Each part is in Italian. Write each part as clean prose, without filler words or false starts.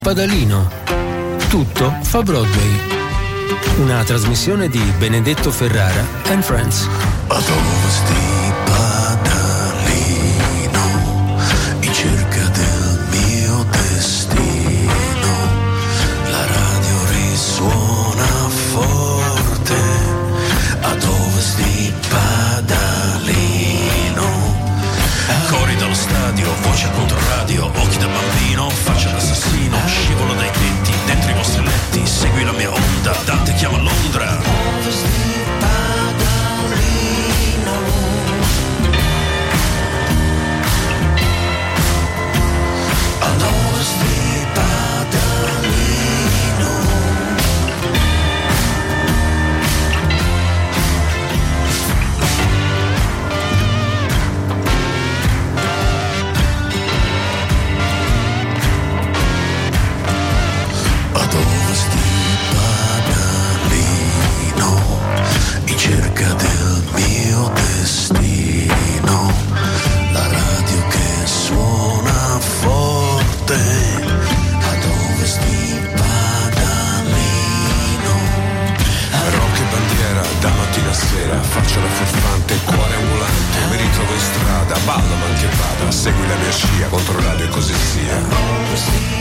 Padalino. Tutto fa Broadway. Una trasmissione di Benedetto Ferrara and Friends. Ad ovest di Padalino, in cerca del mio destino, la radio risuona forte. Ad ovest di Padalino, cori dallo stadio, voce contro radio, occhi da bambino, faccia d'assassino, scivolo dai tetti, dentro i vostri letti, segui la mia onda, Dante chiama Londra. Ovest di Padalino, ad ovest di Padalino, ad ovest di Padalino, in cerca del mio destino, la radio che suona forte. Ad ovest di Padalino, rock e bandiera da mattina a sera, faccia la furfante, cuore ambulante, mi ritrovo in strada, ballo man che vada, segui la mia scia, controllare e così sia.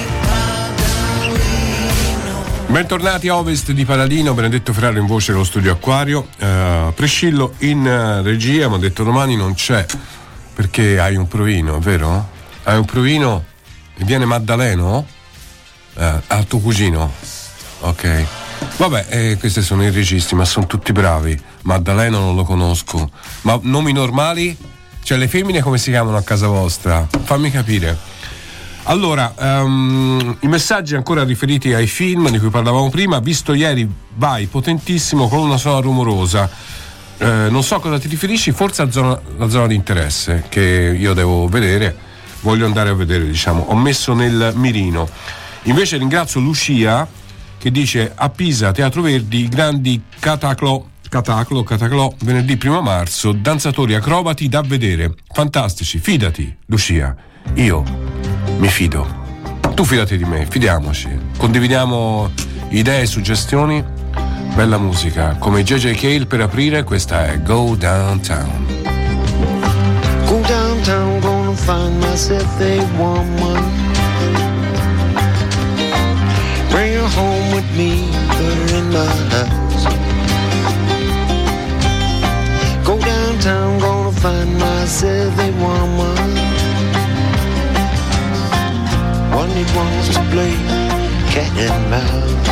Bentornati a Ovest di Padalino, Benedetto Ferraro in voce dello studio Acquario, Prescillo in regia, mi ha detto domani non c'è perché hai un provino, è vero? Hai un provino e viene Maddaleno? Al tuo cugino? Ok, vabbè, questi sono i registi, ma sono tutti bravi. Maddaleno non lo conosco, ma nomi normali? Cioè le femmine come si chiamano a casa vostra? Fammi capire. Allora, i messaggi ancora riferiti ai film di cui parlavamo prima. Visto ieri, vai, potentissimo, con una sonora rumorosa. Non so a cosa ti riferisci, forse la zona di interesse che io devo vedere, voglio andare a vedere, diciamo, ho messo nel mirino. Invece ringrazio Lucia che dice: a Pisa, Teatro Verdi, grandi Cataclò, venerdì 1 marzo, danzatori acrobati da vedere, fantastici, fidati Lucia, io mi fido, tu fidati di me, fidiamoci, condividiamo idee e suggestioni, bella musica, come JJ Cale per aprire, questa è Go Downtown. Go downtown, gonna find myself a woman, bring her home with me, put her in my house. Go downtown, gonna find myself a woman, one that wants to play cat and mouse.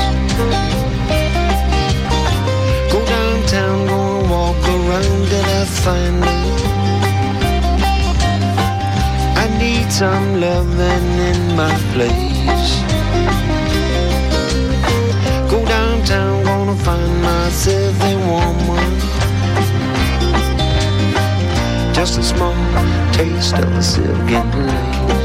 Go downtown, gonna walk around till I find her. I need some loving in my place. Go downtown, gonna find myself a woman, just a small taste of a silken lace.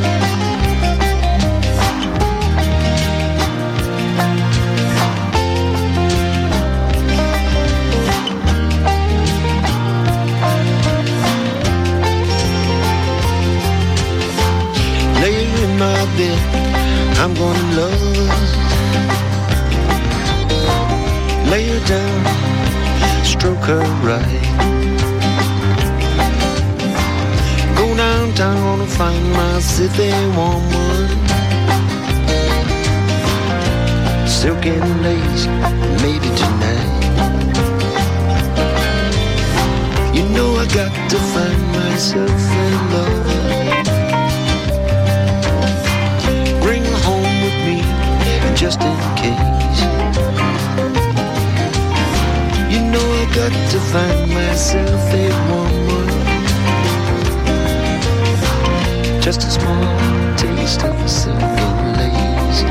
I'm gonna love, lay her down, stroke her right. Go downtown, gonna find myself a woman, silken lace, maybe tonight. You know I got to find myself a lover, just in case. You know I got to find myself a woman, just a small taste of a silken lace.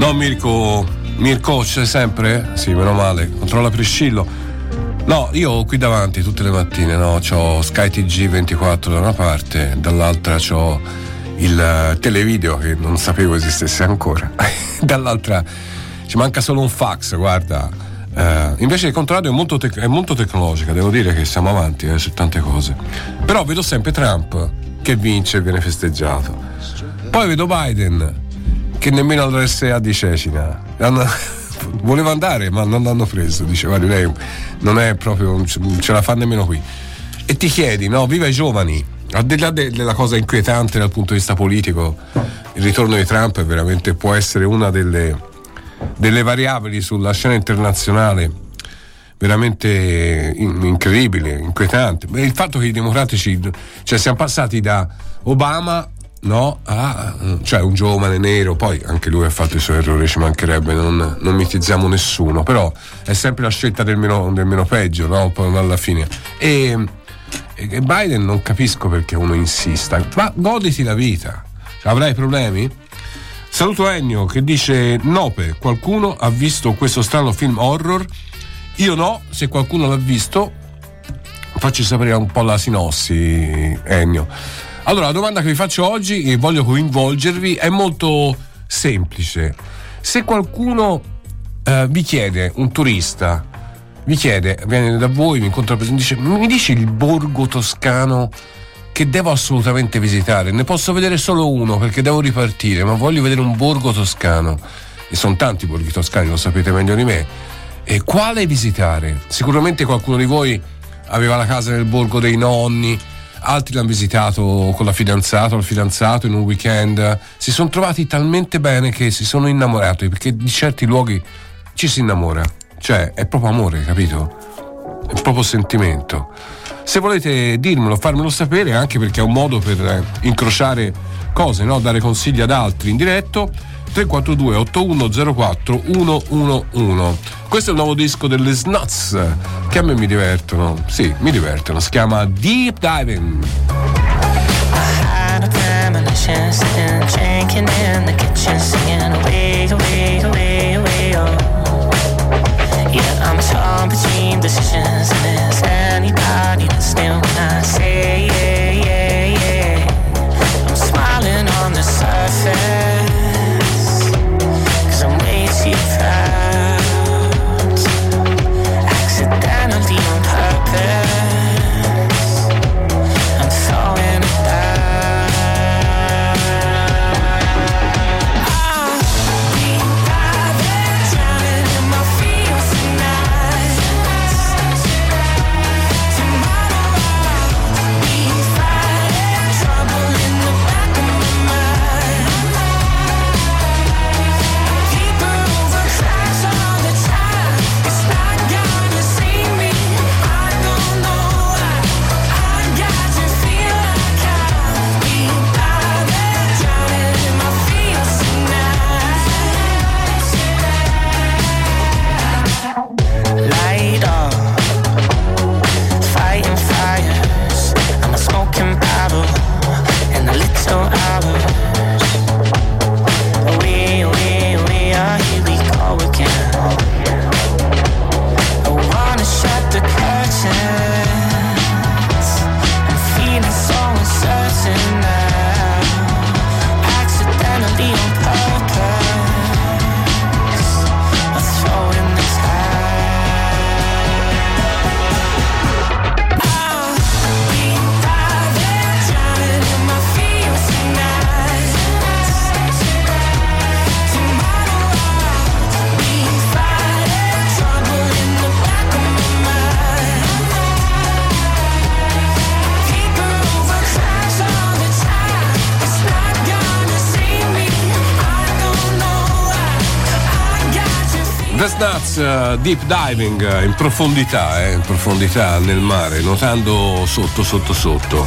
No, Mirko c'è sempre? Sì, meno male. Controlla Priscillo. No, io qui davanti tutte le mattine, no, c'ho Sky TG24 da una parte, dall'altra c'ho il televideo che non sapevo esistesse ancora. Dall'altra ci manca solo un fax, guarda. Invece il contrario è molto tecnologica, devo dire che siamo avanti su tante cose. Però vedo sempre Trump che vince e viene festeggiato. Poi vedo Biden che nemmeno all'RSA di Cecina voleva andare ma non l'hanno preso, dice guarda, lei non è proprio, non ce la fa nemmeno qui. E ti chiedi, no, viva i giovani, al di là della cosa inquietante dal punto di vista politico, il ritorno di Trump è veramente, può essere una delle variabili sulla scena internazionale veramente incredibile, inquietante. Il fatto che i democratici, cioè siamo passati da Obama, no, cioè un giovane nero, poi anche lui ha fatto i suoi errori, ci mancherebbe, non mitizziamo nessuno, però è sempre la scelta del meno peggio, no, poi alla fine. E Biden non capisco perché uno insista, ma goditi la vita, avrai problemi? Saluto Ennio che dice: Nope, qualcuno ha visto questo strano film horror? Io no, se qualcuno l'ha visto facci sapere un po' la sinossi, Ennio. Allora, la domanda che vi faccio oggi e voglio coinvolgervi è molto semplice. Se qualcuno vi chiede, un turista vi chiede, viene da voi, mi incontra, dice: mi dici il borgo toscano che devo assolutamente visitare? Ne posso vedere solo uno perché devo ripartire, ma voglio vedere un borgo toscano. E sono tanti borghi toscani, lo sapete meglio di me. E quale visitare? Sicuramente qualcuno di voi aveva la casa nel borgo dei nonni, altri l'hanno visitato con la fidanzata o il fidanzato in un weekend, si sono trovati talmente bene che si sono innamorati, perché di certi luoghi ci si innamora, cioè è proprio amore, capito? È proprio sentimento. Se volete dirmelo, farmelo sapere, anche perché è un modo per incrociare cose, no? Dare consigli ad altri in diretto. 342 8104 111. Questo è il nuovo disco delle Snuts, che a me mi divertono, sì, mi divertono, si chiama Deep Diving. I'm torn between decisions, and there's anybody that's still when I say yeah. I'm smiling on the surface, 'cause I'm way too proud, accidentally on purpose, I'm throwing it down. Deep diving, in profondità nel mare, nuotando sotto.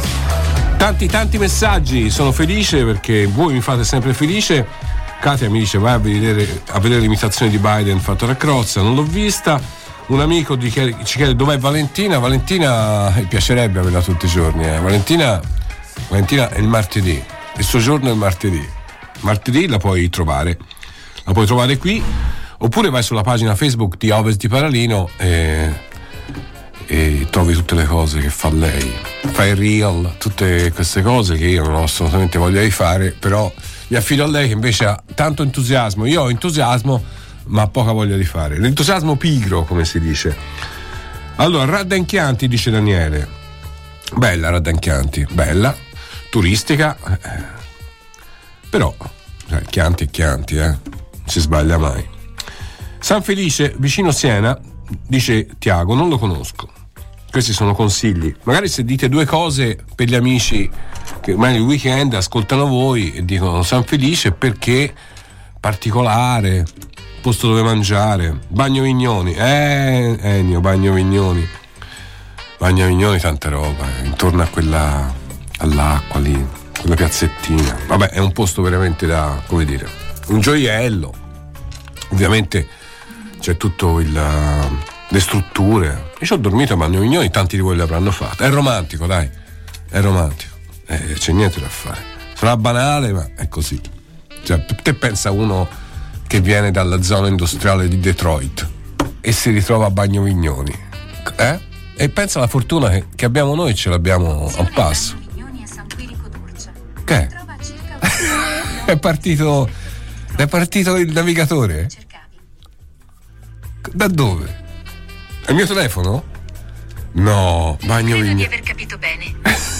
Tanti messaggi, sono felice perché voi mi fate sempre felice. Katia mi dice: vai a vedere l'imitazione di Biden fatta da Crozza, non l'ho vista. Un amico ci chiede dov'è Valentina. Valentina mi piacerebbe averla tutti i giorni. Valentina è il martedì, il suo giorno è il martedì la puoi trovare. la puoi trovare qui, oppure vai sulla pagina Facebook di Ovest di Paralino e trovi tutte le cose che fa lei, fa il reel, tutte queste cose che io non ho assolutamente voglia di fare, però mi affido a lei che invece ha tanto entusiasmo. Io ho entusiasmo ma poca voglia di fare, l'entusiasmo pigro, come si dice. Allora, Radda-in-Chianti, dice Daniele, bella Radda-in-Chianti, bella, turistica, però Chianti è Chianti, non si sbaglia mai. San Felice, vicino Siena, dice Tiago, non lo conosco. Questi sono consigli, magari se dite due cose per gli amici che magari il weekend ascoltano voi e dicono San Felice perché particolare, posto dove mangiare, Bagno Vignoni, Ennio, Bagno Vignoni, tanta roba, intorno a quella, all'acqua lì, quella piazzettina, vabbè, è un posto veramente da, come dire, un gioiello. Ovviamente c'è tutto le strutture. Io ci ho dormito a Bagno Vignoni, tanti di voi l'avranno fatto. È romantico, dai, è romantico, c'è niente da fare. Sarà banale, ma è così. Cioè, te pensa uno che viene dalla zona industriale di Detroit e si ritrova a Bagno Vignoni, e pensa alla fortuna che abbiamo noi, ce l'abbiamo a un passo. Che è? È partito il navigatore? Da dove? È il mio telefono? No, Bagno Vignoni. Credo di aver capito bene.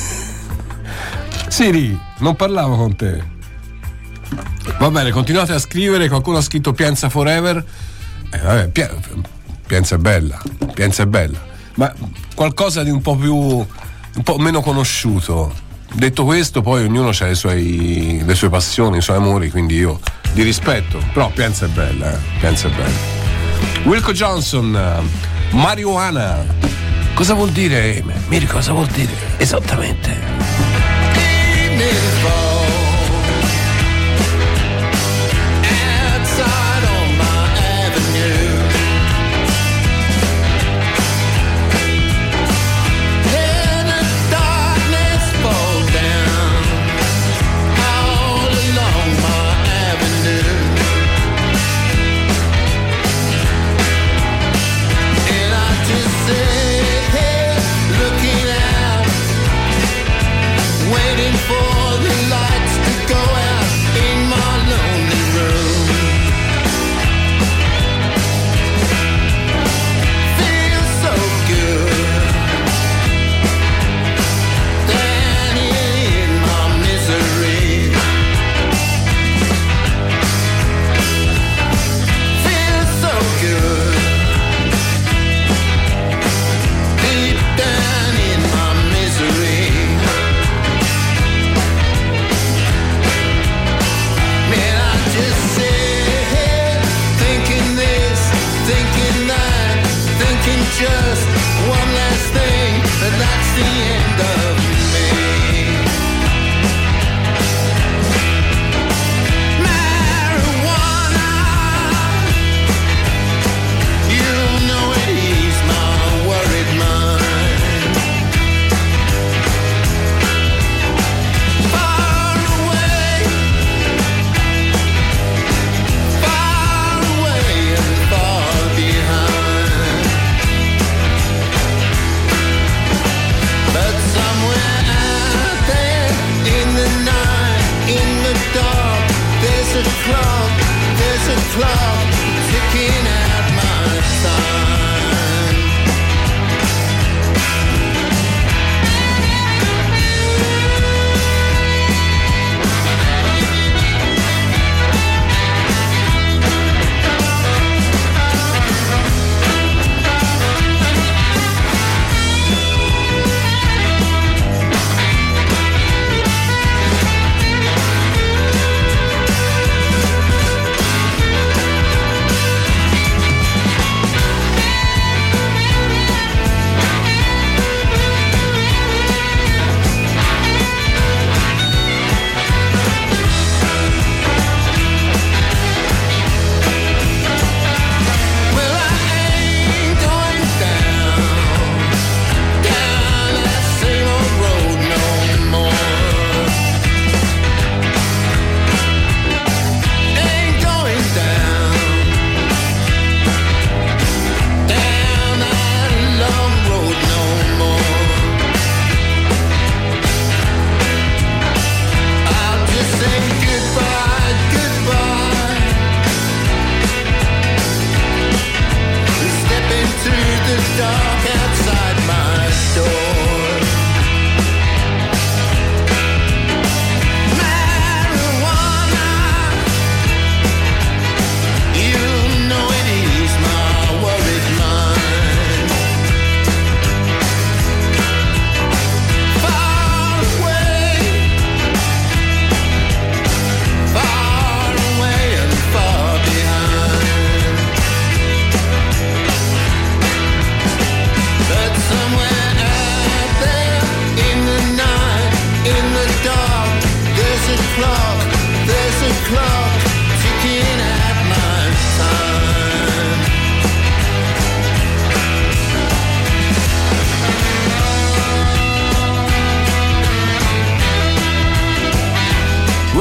Siri, non parlavo con te. Va bene, continuate a scrivere. Qualcuno ha scritto Pienza Forever. Vabbè, Pienza è bella, ma qualcosa di un po' meno conosciuto. Detto questo, poi ognuno ha le sue passioni, i suoi amori, quindi io li rispetto, però Pienza è bella. Wilco Johnson, Marijuana. Cosa vuol dire? Mirko, cosa vuol dire esattamente?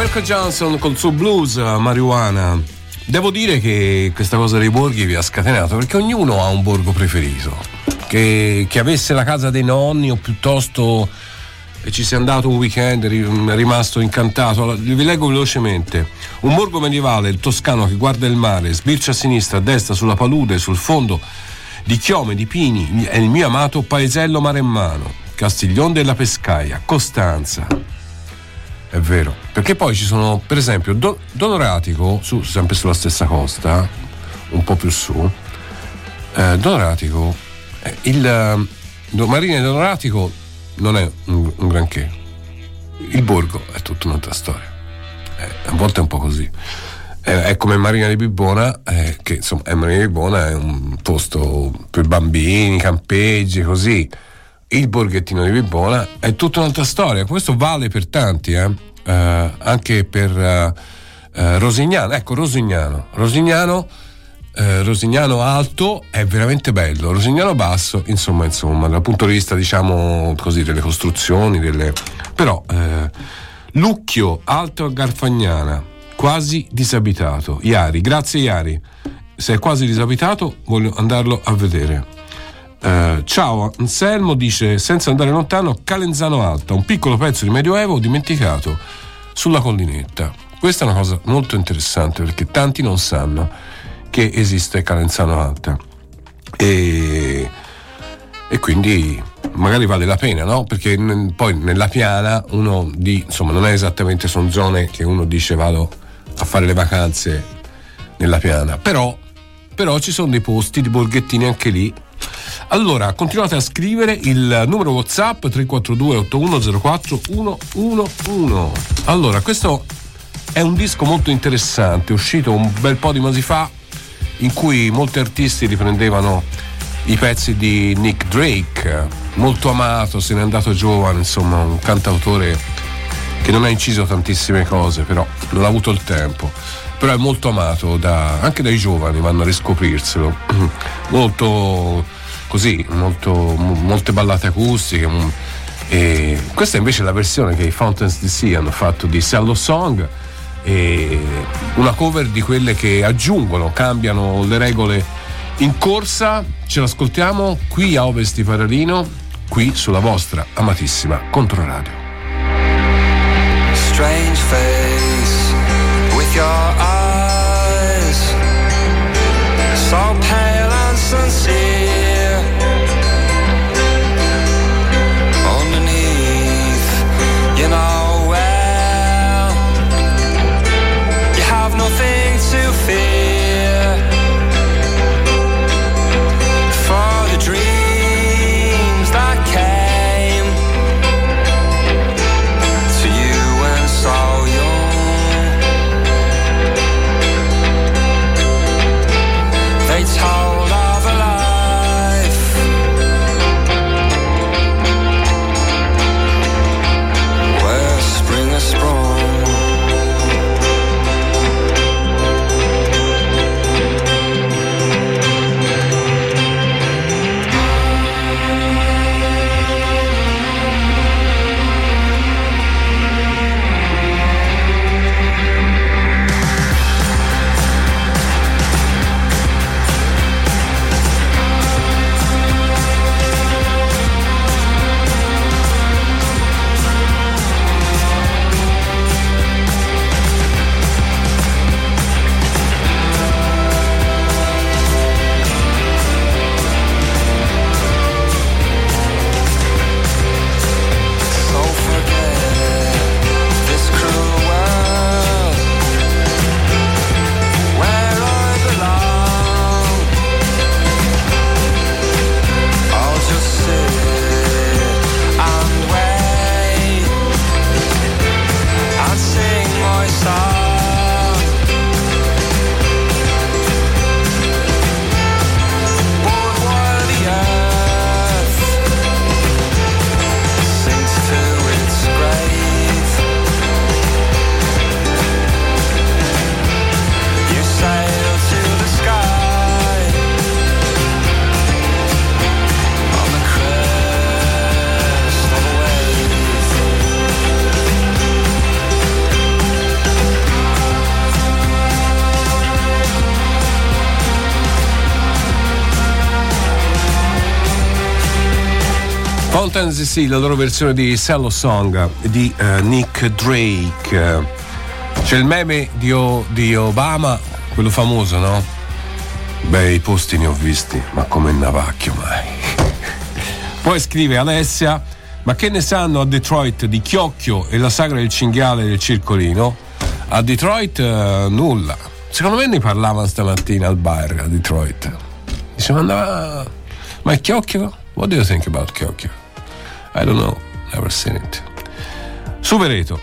Michael Johnson col suo blues Marijuana. Devo dire che questa cosa dei borghi vi ha scatenato, perché ognuno ha un borgo preferito, che avesse la casa dei nonni o piuttosto ci sia andato un weekend è rimasto incantato. Allora, vi leggo velocemente. Un borgo medievale, il toscano, che guarda il mare, sbircia a sinistra, a destra, sulla palude, sul fondo di chiome, di pini, è il mio amato paesello maremmano, Castiglion della Pescaia, Costanza. È vero, perché poi ci sono, per esempio, Donoratico, sempre sulla stessa costa, un po' più su, Donoratico, Marina di Donoratico non è un granché. Il borgo è tutta un'altra storia. A volte è un po' così. È come Marina di Bibbona, che insomma, Marina di Bibbona è un posto per bambini, campeggi, così. Il borghettino di Bibbona è tutta un'altra storia. Questo vale per tanti, anche per Rosignano. Ecco, Rosignano alto è veramente bello, Rosignano basso, insomma, dal punto di vista, diciamo così, delle costruzioni, però Lucchio, alto a Garfagnana, quasi disabitato. Iari, grazie Iari, se è quasi disabitato voglio andarlo a vedere. Ciao, Anselmo dice, senza andare lontano, Calenzano Alta, un piccolo pezzo di Medioevo dimenticato sulla collinetta. Questa è una cosa molto interessante, perché tanti non sanno che esiste Calenzano Alta e quindi magari vale la pena, no? Perché poi nella piana insomma, non è esattamente, sono zone che uno dice vado a fare le vacanze nella piana, però ci sono dei posti di borghettini anche lì. Allora, continuate a scrivere, il numero WhatsApp 342 8104 111. Allora, questo è un disco molto interessante, uscito un bel po' di mesi fa, in cui molti artisti riprendevano i pezzi di Nick Drake, molto amato, se n'è andato giovane, insomma, un cantautore che non ha inciso tantissime cose, però non ha avuto il tempo, però è molto amato anche dai giovani, vanno a riscoprirselo. Molto così, molte ballate acustiche, e questa invece è la versione che i Fountains DC hanno fatto di Cello Song, e una cover di quelle che cambiano le regole in corsa. Ce l'ascoltiamo qui a Ovest di Paralino, qui sulla vostra amatissima Controradio. Strange face with your eyes, so pale and sincere, underneath, you know well, you have nothing to fear, for the dreams that came to you when so young. Mountains, sì, la loro versione di Cello Song di Nick Drake. C'è il meme di Obama, quello famoso, no? Beh, i posti ne ho visti, ma come navacchio mai. Poi scrive Alessia: ma che ne sanno a Detroit di Chiocchio e la sagra del cinghiale del circolino? A Detroit nulla. Secondo me ne parlavano stamattina al bar a Detroit. Diceva, ma è Chiocchio? What do you think about Chiocchio? I don't know, never seen it. Suvereto,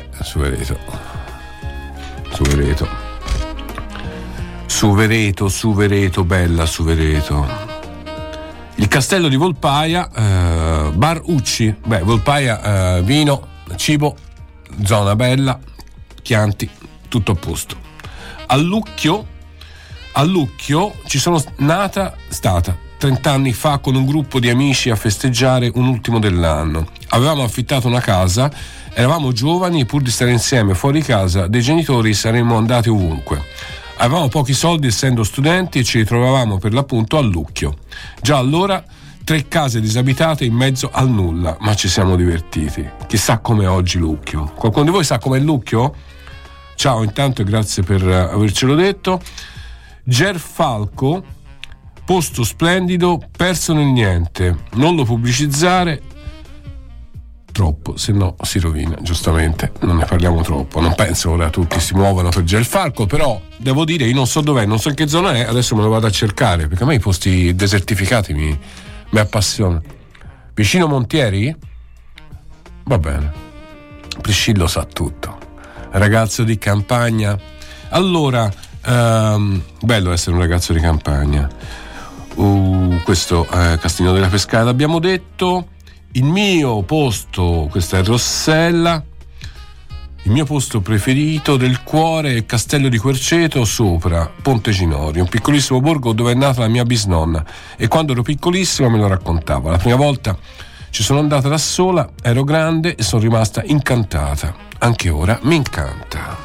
Suvereto, bella Suvereto. Il castello di Volpaia, Bar Ucci, Volpaia, vino, cibo, zona bella, Chianti, tutto a posto. A Lucchio ci sono stata 30 anni fa con un gruppo di amici a festeggiare un ultimo dell'anno. Avevamo affittato una casa, eravamo giovani e pur di stare insieme fuori casa dei genitori saremmo andati ovunque. Avevamo pochi soldi essendo studenti e ci ritrovavamo per l'appunto a Lucchio. Già allora 3 case disabitate in mezzo al nulla, ma ci siamo divertiti. Chissà com'è oggi Lucchio. Qualcuno di voi sa com'è Lucchio? Ciao intanto e grazie per avercelo detto. Gerfalco, posto splendido, perso nel niente. Non lo pubblicizzare troppo, se no si rovina, giustamente. Non ne parliamo troppo. Non penso ora tutti si muovano per Gerfalco, però devo dire, io non so dov'è, non so in che zona è, adesso me lo vado a cercare, perché a me i posti desertificati mi appassionano. Vicino Montieri? Va bene. Priscillo sa tutto. Ragazzo di campagna. Allora, bello essere un ragazzo di campagna. Questo è Castiglino della Pescara, l'abbiamo detto. Il mio posto, questa è Rossella, il mio posto preferito del cuore è Castello di Querceto sopra Ponte Ginori, un piccolissimo borgo dove è nata la mia bisnonna, e quando ero piccolissima me lo raccontava. La prima volta ci sono andata da sola, ero grande e sono rimasta incantata. Anche ora mi incanta.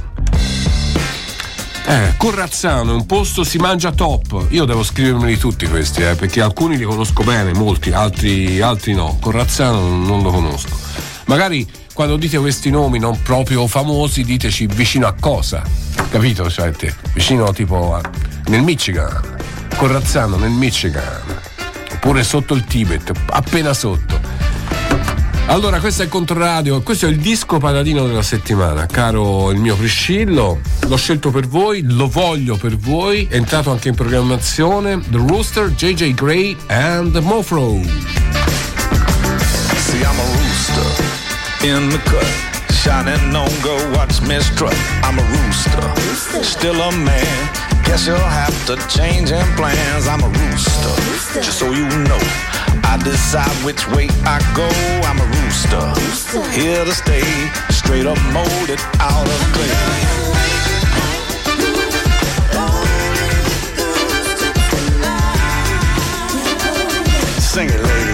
Corrazzano è un posto, si mangia top. Io devo scrivermeli tutti questi, perché alcuni li conosco bene, molti, altri no. Corrazzano non lo conosco. Magari quando dite questi nomi non proprio famosi, diteci vicino a cosa, capito? Cioè vicino tipo nel Michigan, Corrazzano nel Michigan, oppure sotto il Tibet, appena sotto. Allora, questo è il Controradio, questo è il disco paladino della settimana, caro il mio Priscillo. L'ho scelto per voi, lo voglio per voi. È entrato anche in programmazione The Rooster, JJ Grey and Mofro. See, I'm a rooster in the cut, shining on go watch me strut. I'm a rooster, still a man. Guess you'll have to change in plans. I'm a rooster, just so you know. I decide which way I go. I'm a rooster, here to stay, straight up molded out of clay. Sing it, lady.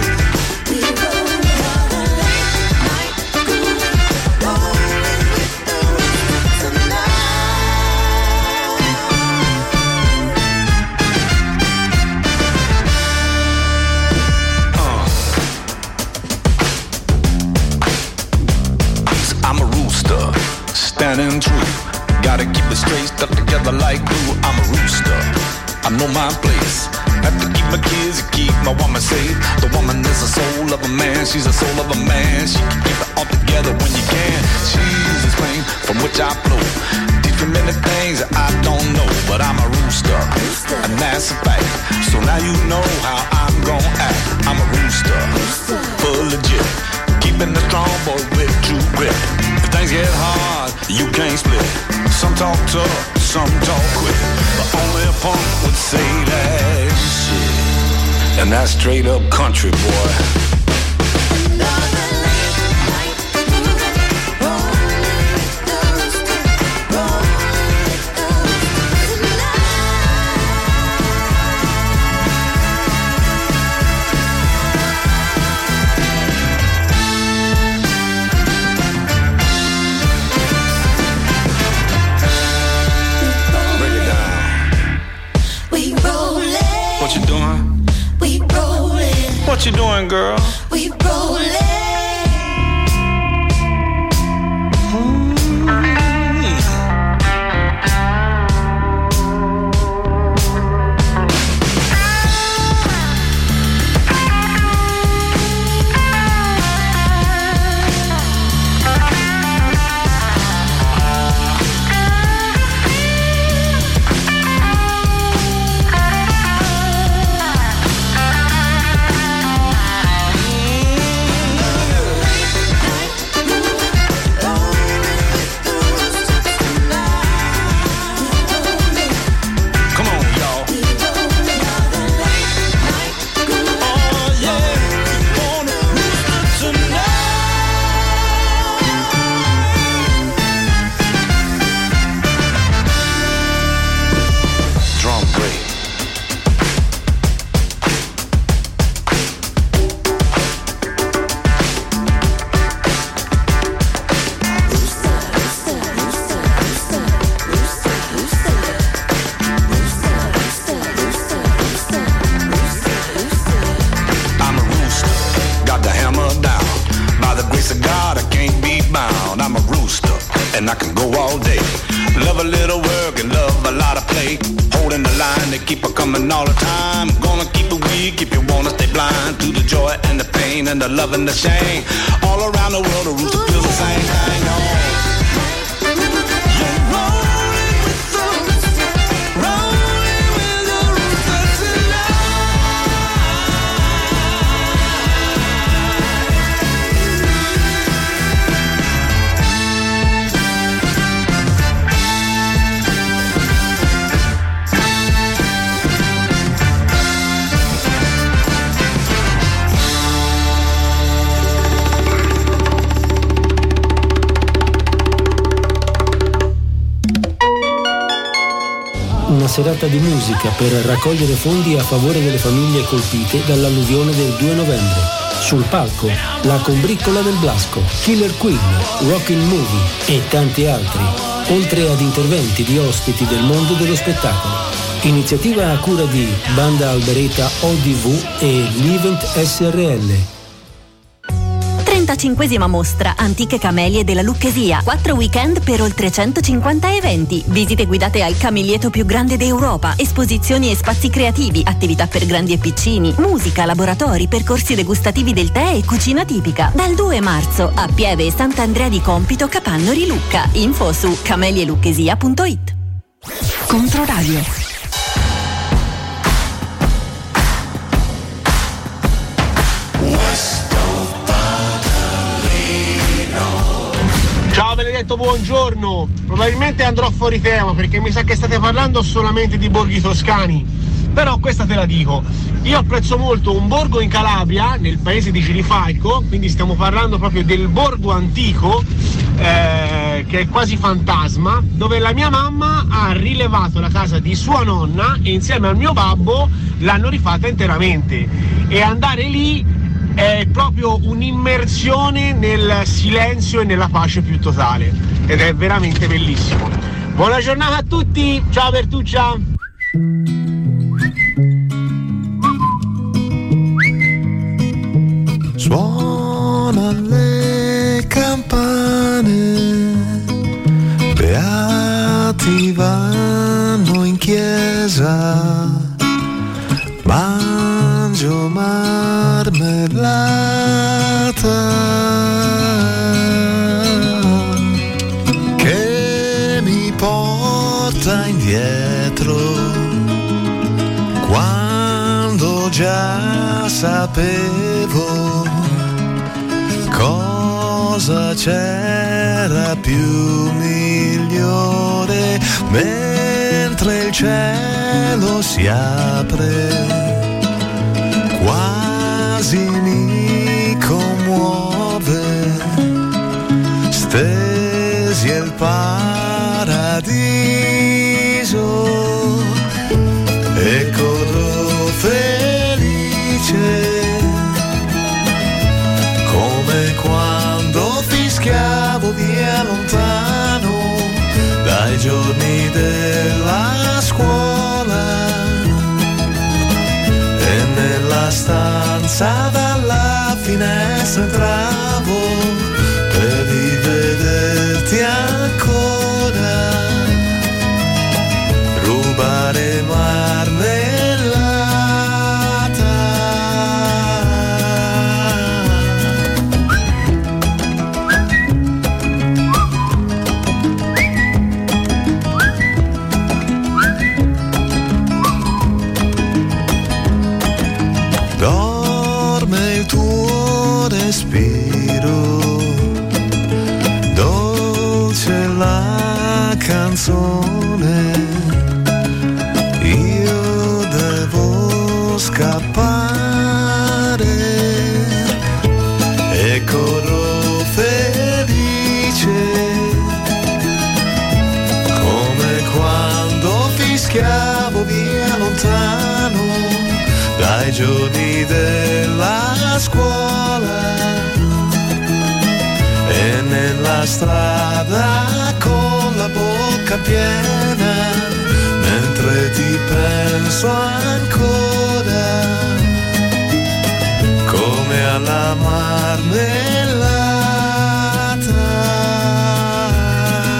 Standing true, gotta keep it straight, stuck together like glue. I'm a rooster, I know my place. Have to keep my kids, keep my woman safe. The woman is the soul of a man, she's the soul of a man. She can keep it all together when you can. She's the spring from which I flow. Teach me many things that I don't know, but I'm a rooster, and that's a fact. So now you know how I'm gon' act. I'm a rooster, full legit, keeping the strong boy with true grip. If things get hard, you can't split. Some talk tough, some talk quick, but only a punk would say that shit. And that's straight up country, boy. What you doing, girl? We and I can go all day. Love a little work and love a lot of play. Holding the line, they keep it coming all the time. Gonna keep it weak if you wanna stay blind to the joy and the pain and the love and the shame. All around the world, the rooster feels the same. Hang on. Una serata di musica per raccogliere fondi a favore delle famiglie colpite dall'alluvione del 2 novembre. Sul palco, La Combriccola del Blasco, Killer Queen, Rockin' Movie e tanti altri, oltre ad interventi di ospiti del mondo dello spettacolo. Iniziativa a cura di Banda Albereta ODV e l'Event SRL. 35esima mostra Antiche Camelie della Lucchesia. 4 weekend per oltre 150 eventi. Visite guidate al camelietto più grande d'Europa. Esposizioni e spazi creativi. Attività per grandi e piccini. Musica, laboratori, percorsi degustativi del tè e cucina tipica. Dal 2 marzo a Pieve e Sant'Andrea di Compito, Capannori, Lucca. Info su camelielucchesia.it. Controradio. Ciao Benedetto, buongiorno. Probabilmente andrò fuori tema perché mi sa che state parlando solamente di borghi toscani, però questa te la dico. Io apprezzo molto un borgo in Calabria, nel paese di Girifalco, quindi stiamo parlando proprio del borgo antico, che è quasi fantasma, dove la mia mamma ha rilevato la casa di sua nonna e insieme al mio babbo l'hanno rifatta interamente, e andare lì è proprio un'immersione nel silenzio e nella pace più totale, ed è veramente bellissimo. Buona giornata a tutti, ciao Bertuccia. Suona le campane, beati vanno in chiesa, mangio marmellata che mi porta indietro quando già sapevo cosa c'era più migliore, mentre il cielo si apre quasi mi commuove, stesi il paradiso e corro felice come quando fischiavo via lontano dai giorni della scuola. Nella stanza dalla finestra entravo per rivederti ancora, rubare canzone, io devo scappare e corro felice come quando fischiavo via lontano dai giorni della scuola e nella strada con la bocca piena mentre ti penso ancora come alla marmellata.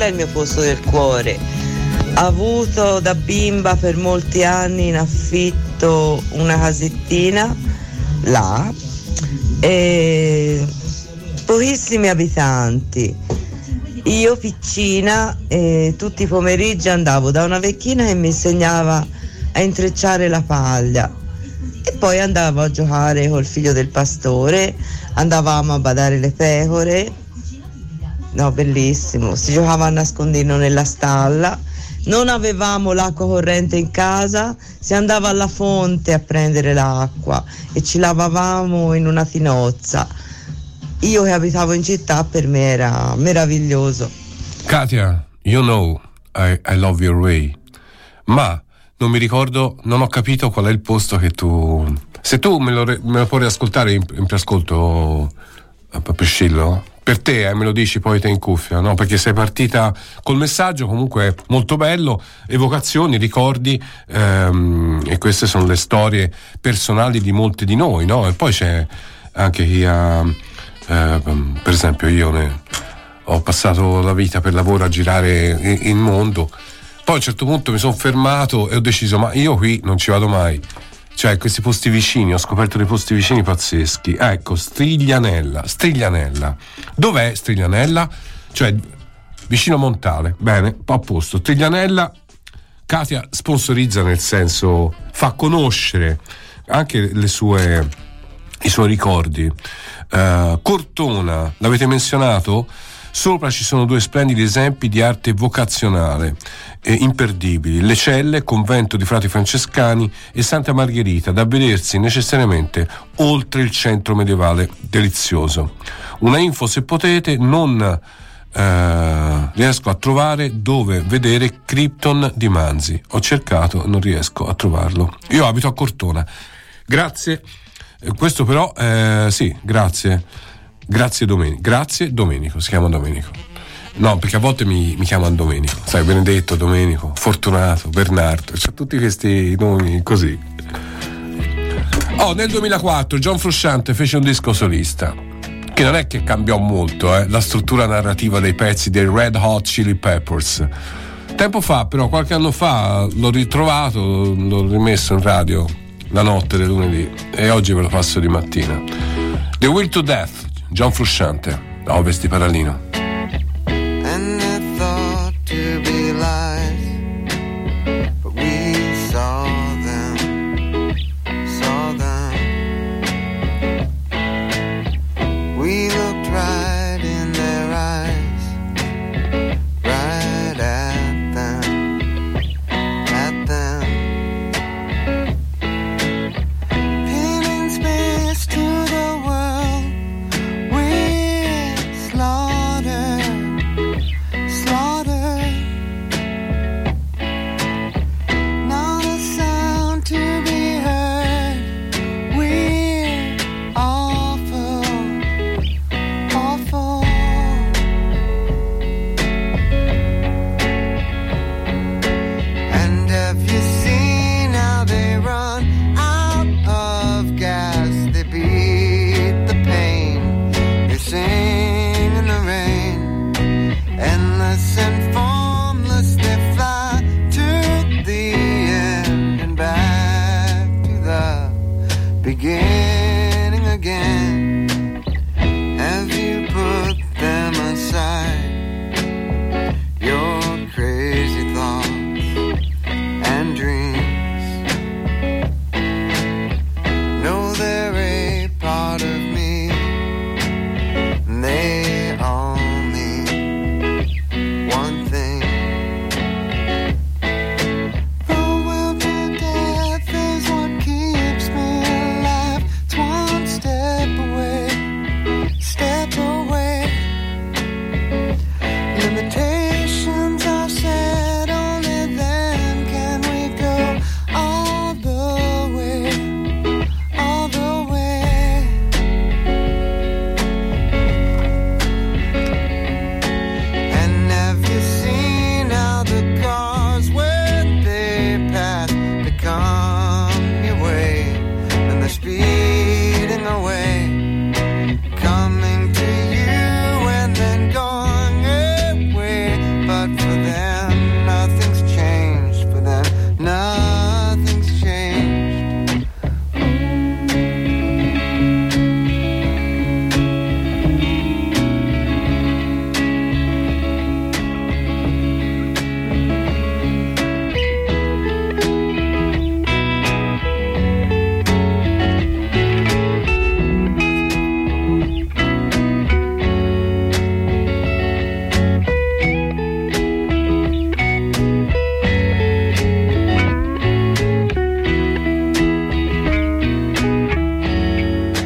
è il mio posto del cuore. Ho avuto da bimba per molti anni in affitto una casettina là e pochissimi abitanti. Io piccina tutti i pomeriggi andavo da una vecchina che mi insegnava a intrecciare la paglia e poi andavo a giocare col figlio del pastore, andavamo a badare le pecore, no, bellissimo, si giocava a nascondino nella stalla, non avevamo l'acqua corrente in casa, si andava alla fonte a prendere l'acqua e ci lavavamo in una tinozza. Io che abitavo in città, per me era meraviglioso. Katia, you know I love your way, ma non mi ricordo, non ho capito qual è il posto che tu... Se tu me lo puoi riascoltare in preascolto, Priscillo, per te me lo dici poi te in cuffia, no? Perché sei partita col messaggio comunque molto bello, evocazioni, ricordi, e queste sono le storie personali di molti di noi, no? E poi c'è anche chi ha... per esempio io ho passato la vita per lavoro a girare il mondo, poi a un certo punto mi sono fermato e ho deciso ma io qui non ci vado mai, cioè questi posti vicini, ho scoperto dei posti vicini pazzeschi. Ecco, Striglianella, dov'è Striglianella? Cioè vicino Montale, bene, a posto. Striglianella, Katia sponsorizza, nel senso fa conoscere anche i suoi ricordi. Cortona, l'avete menzionato? Sopra ci sono due splendidi esempi di arte vocazionale imperdibili: Le Celle, convento di frati francescani, e Santa Margherita, da vedersi necessariamente oltre il centro medievale delizioso. Una info, se potete, non riesco a trovare dove vedere Krypton di Manzi. Ho cercato, non riesco a trovarlo. Io abito a Cortona. Grazie. Questo però, sì, grazie Domenico. Grazie Domenico, si chiama Domenico. No, perché a volte mi chiamano Domenico, sai, Benedetto, Domenico, Fortunato, Bernardo, cioè tutti questi nomi così. Nel 2004 John Frusciante fece un disco solista, che non è che cambiò molto la struttura narrativa dei pezzi dei Red Hot Chili Peppers. Tempo fa, però, qualche anno fa, l'ho ritrovato, l'ho rimesso in radio la notte del lunedì e oggi ve lo passo di mattina. The Will to Death, John Frusciante, a Ovest di Paralino. And it thought to be lies, but we saw them. We looked right in their eyes, right at them, pinning space to the world with slaughter.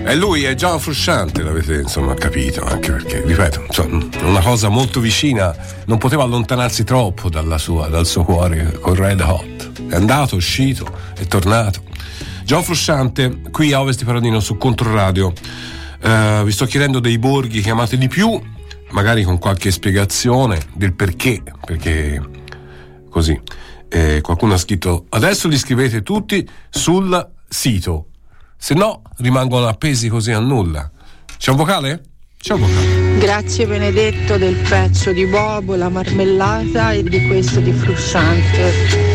E lui è John Frusciante, l'avete insomma capito, anche perché, ripeto, insomma, una cosa molto vicina, non poteva allontanarsi troppo dal suo cuore con Red Hot. È andato, è uscito, è tornato. John Frusciante, qui a Ovest di Paradino su Controradio. Vi sto chiedendo dei borghi che amate di più, magari con qualche spiegazione del perché così. Qualcuno ha scritto: adesso li scrivete tutti sul sito, se no rimangono appesi così a nulla. C'è un vocale? C'è un vocale. Grazie Benedetto del pezzo di Bobo, la marmellata e di questo di Frusciante.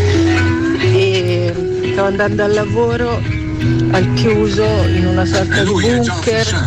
E sto andando al lavoro al chiuso in una sorta di bunker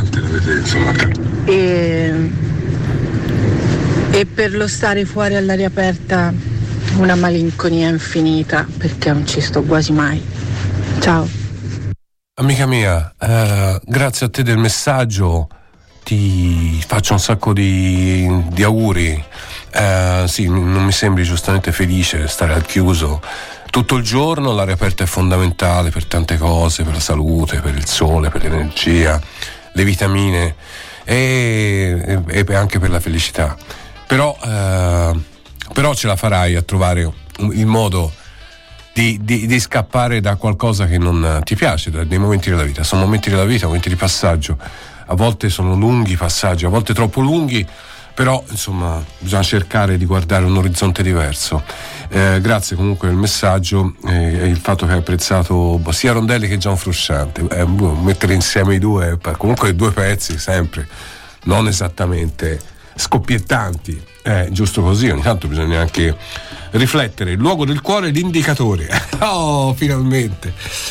e per lo stare fuori all'aria aperta una malinconia infinita, perché non ci sto quasi mai. Ciao. Amica mia, grazie a te del messaggio, ti faccio un sacco di auguri. Sì, non mi sembri giustamente felice stare al chiuso tutto il giorno. L'aria aperta è fondamentale per tante cose, per la salute, per il sole, per l'energia, le vitamine e anche per la felicità. Però ce la farai a trovare il modo di scappare da qualcosa che non ti piace, dei momenti della vita. Sono momenti della vita, momenti di passaggio. A volte sono lunghi passaggi, a volte troppo lunghi, però insomma bisogna cercare di guardare un orizzonte diverso. Grazie comunque del messaggio e il fatto che hai apprezzato sia Rondelli che John Frusciante. Mettere insieme i due, comunque due pezzi sempre non esattamente scoppiettanti, giusto così. Ogni tanto bisogna anche riflettere. Il luogo del cuore, l'indicatore. Oh, finalmente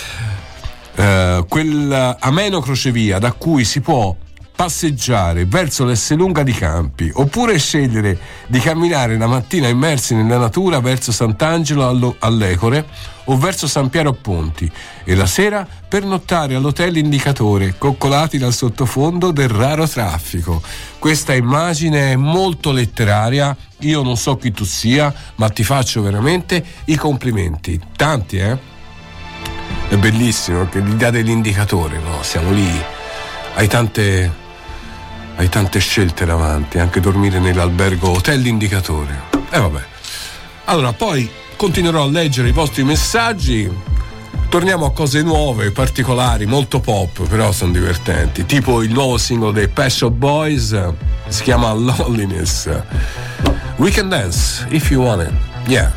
quel ameno crocevia da cui si può passeggiare verso l'Esselunga di Campi, oppure scegliere di camminare la mattina immersi nella natura verso Sant'Angelo all'Ecore o verso San Piero a Ponti, e la sera pernottare all'hotel Indicatore, coccolati dal sottofondo del raro traffico. Questa immagine è molto letteraria, io non so chi tu sia, ma ti faccio veramente i complimenti, tanti, È bellissimo che l'idea dell'indicatore, no? Siamo lì, hai tante scelte davanti, anche dormire nell'albergo Hotel Indicatore. Vabbè. Allora, poi continuerò a leggere i vostri messaggi. Torniamo a cose nuove, particolari, molto pop, però sono divertenti. Tipo il nuovo singolo dei Pet Shop Boys, si chiama Loneliness. We can dance if you want it. Yeah.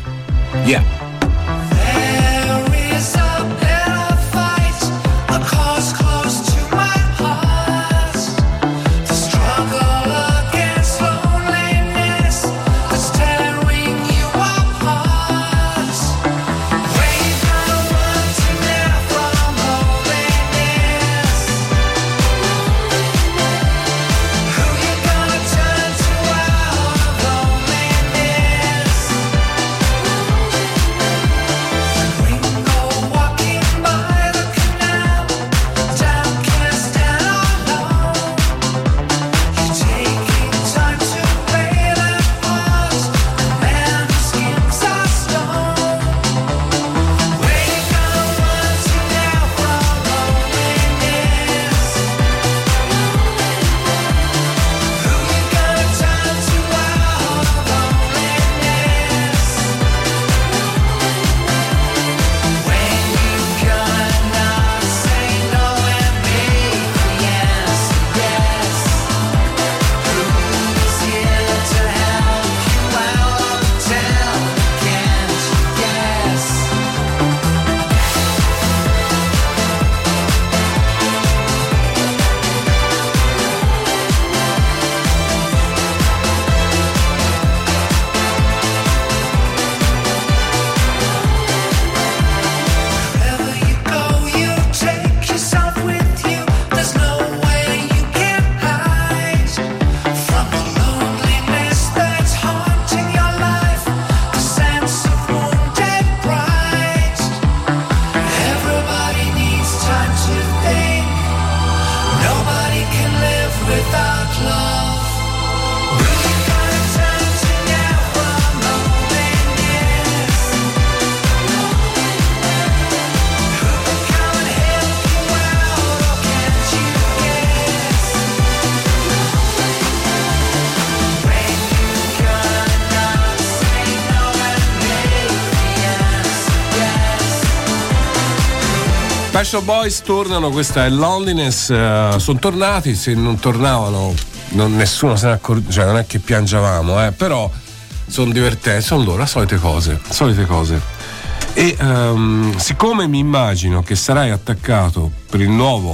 Pet Shop Boys tornano, questa è Loneliness. Sono tornati, se non tornavano nessuno se ne accorge, cioè non è che piangevamo, però sono divertenti, sono loro, solite cose. E siccome mi immagino che sarai attaccato per il nuovo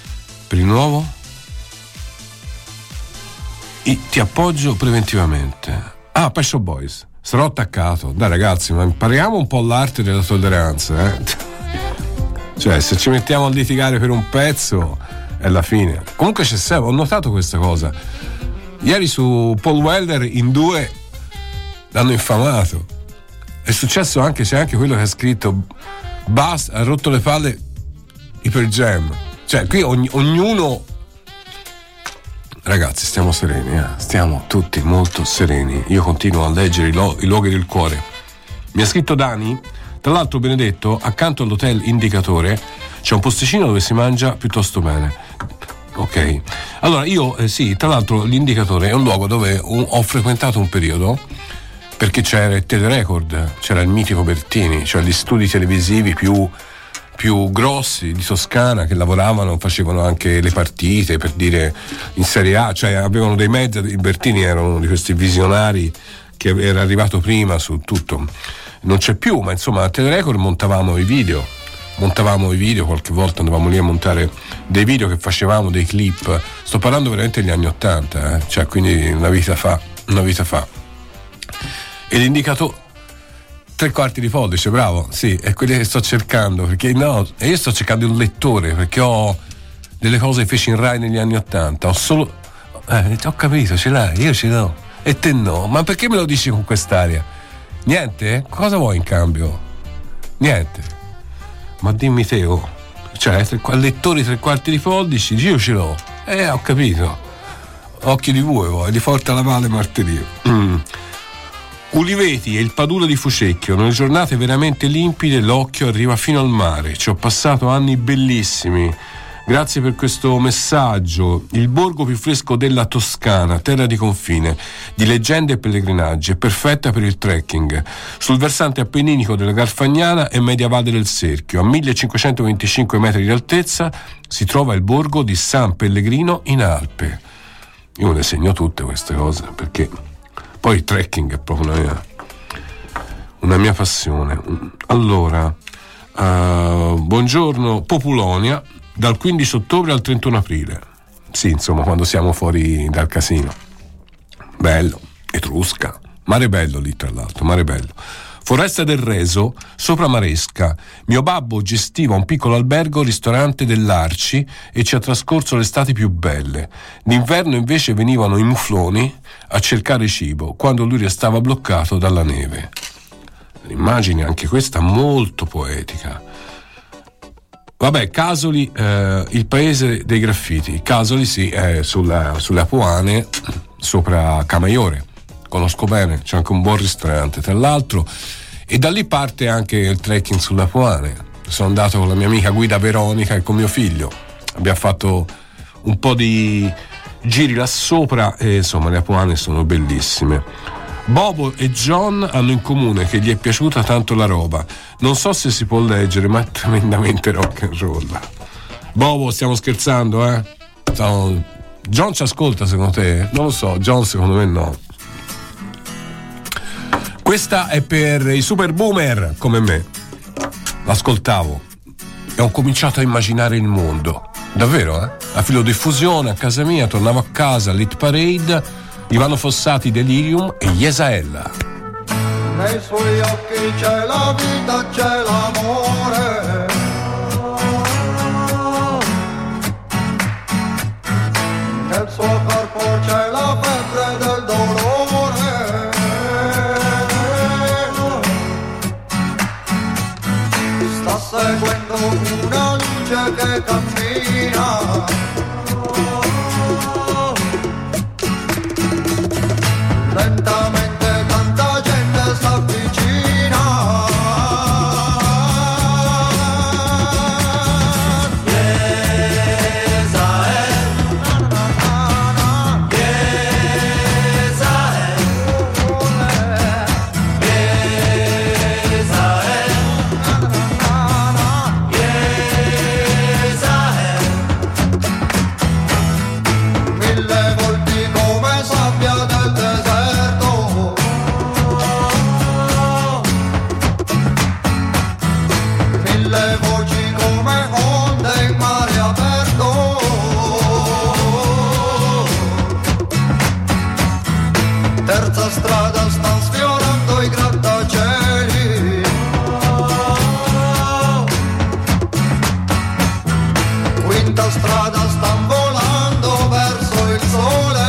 ti appoggio preventivamente. Pet Shop Boys, sarò attaccato. Dai ragazzi, ma impariamo un po' l'arte della tolleranza, Cioè, se ci mettiamo a litigare per un pezzo è la fine. Comunque c'è sempre, ho notato questa cosa. Ieri su Paul Weller in 2 l'hanno infamato. È successo anche, c'è anche quello che ha scritto basta, ha rotto le palle i Pearl Jam. Cioè, qui ognuno. Ragazzi, stiamo sereni, stiamo tutti molto sereni. Io continuo a leggere i luoghi del cuore. Mi ha scritto Dani. Tra l'altro, Benedetto, accanto all'hotel Indicatore c'è un posticino dove si mangia piuttosto bene. Ok. Allora, io sì, tra l'altro l'Indicatore è un luogo dove ho frequentato un periodo, perché c'era il Telerecord, c'era il mitico Bertini, cioè gli studi televisivi più grossi di Toscana, che lavoravano, facevano anche le partite, per dire, in Serie A, cioè avevano dei mezzi. Il Bertini era uno di questi visionari che era arrivato prima su tutto. Non c'è più, ma insomma a Telerecord montavamo i video, qualche volta andavamo lì a montare dei video che facevamo, dei clip. Sto parlando veramente degli anni '80, cioè quindi una vita fa. E l'Indicatore 3/4 di pollice, bravo, sì, è quelli che sto cercando, perché io sto cercando un lettore, perché ho delle cose che feci in Rai negli anni '80, ho capito, ce l'hai, io ce l'ho e te no, ma perché me lo dici con quest'aria? Niente? Cosa vuoi in cambio? Niente. Ma dimmi te, cioè lettori 3/4 di pollici, io ce l'ho, ho capito, occhi di bue vuoi, di Forte alla Valle martirio. Uliveti e il Padula di Fucecchio, nelle giornate veramente limpide l'occhio arriva fino al mare, ci ho passato anni bellissimi. Grazie per questo messaggio. Il borgo più fresco della Toscana, terra di confine, di leggende e pellegrinaggi, è perfetta per il trekking. Sul versante appenninico della Garfagnana e media valle del Serchio, a 1525 metri di altezza, si trova il borgo di San Pellegrino in Alpe. Io le segno tutte queste cose, perché poi il trekking è proprio una mia passione. Allora, buongiorno Populonia, dal 15 ottobre al 31 aprile. Sì, insomma, quando siamo fuori dal casino. Bello, Etrusca, mare bello lì, tra l'altro, mare bello. Foresta del Reso, sopra Maresca. Mio babbo gestiva un piccolo albergo ristorante dell'Arci e ci ha trascorso le estati più belle. D'inverno invece venivano i mufloni a cercare cibo, quando lui restava bloccato dalla neve. L'immagine anche questa molto poetica. Vabbè, Casoli, il paese dei graffiti. Casoli sì, è sulle Apuane, sopra Camaiore. Conosco bene, c'è anche un buon ristorante tra l'altro, e da lì parte anche il trekking sulle Apuane. Sono andato con la mia amica guida Veronica e con mio figlio, abbiamo fatto un po' di giri là sopra e insomma le Apuane sono bellissime. Bobo e John hanno in comune che gli è piaciuta tanto la roba, non so se si può leggere, ma è tremendamente rock and roll. Bobo, stiamo scherzando, John ci ascolta secondo te? Non lo so, John secondo me no. Questa è per i super boomer come me. L'ascoltavo e ho cominciato a immaginare il mondo. Davvero, A filodiffusione a casa mia, tornavo a casa, Lit Parade, Ivano Fossati, Delirium e Jesaella. Nei suoi occhi c'è la vita, c'è l'amore. Nel suo corpo c'è la febbre del dolore. Seguendo una luce che cammina, lentamente tanta gente s'avvicina. nelle voci come onde in mare aperto. Terza strada sta sfiorando i grattacieli. Quinta strada sta volando verso il sole.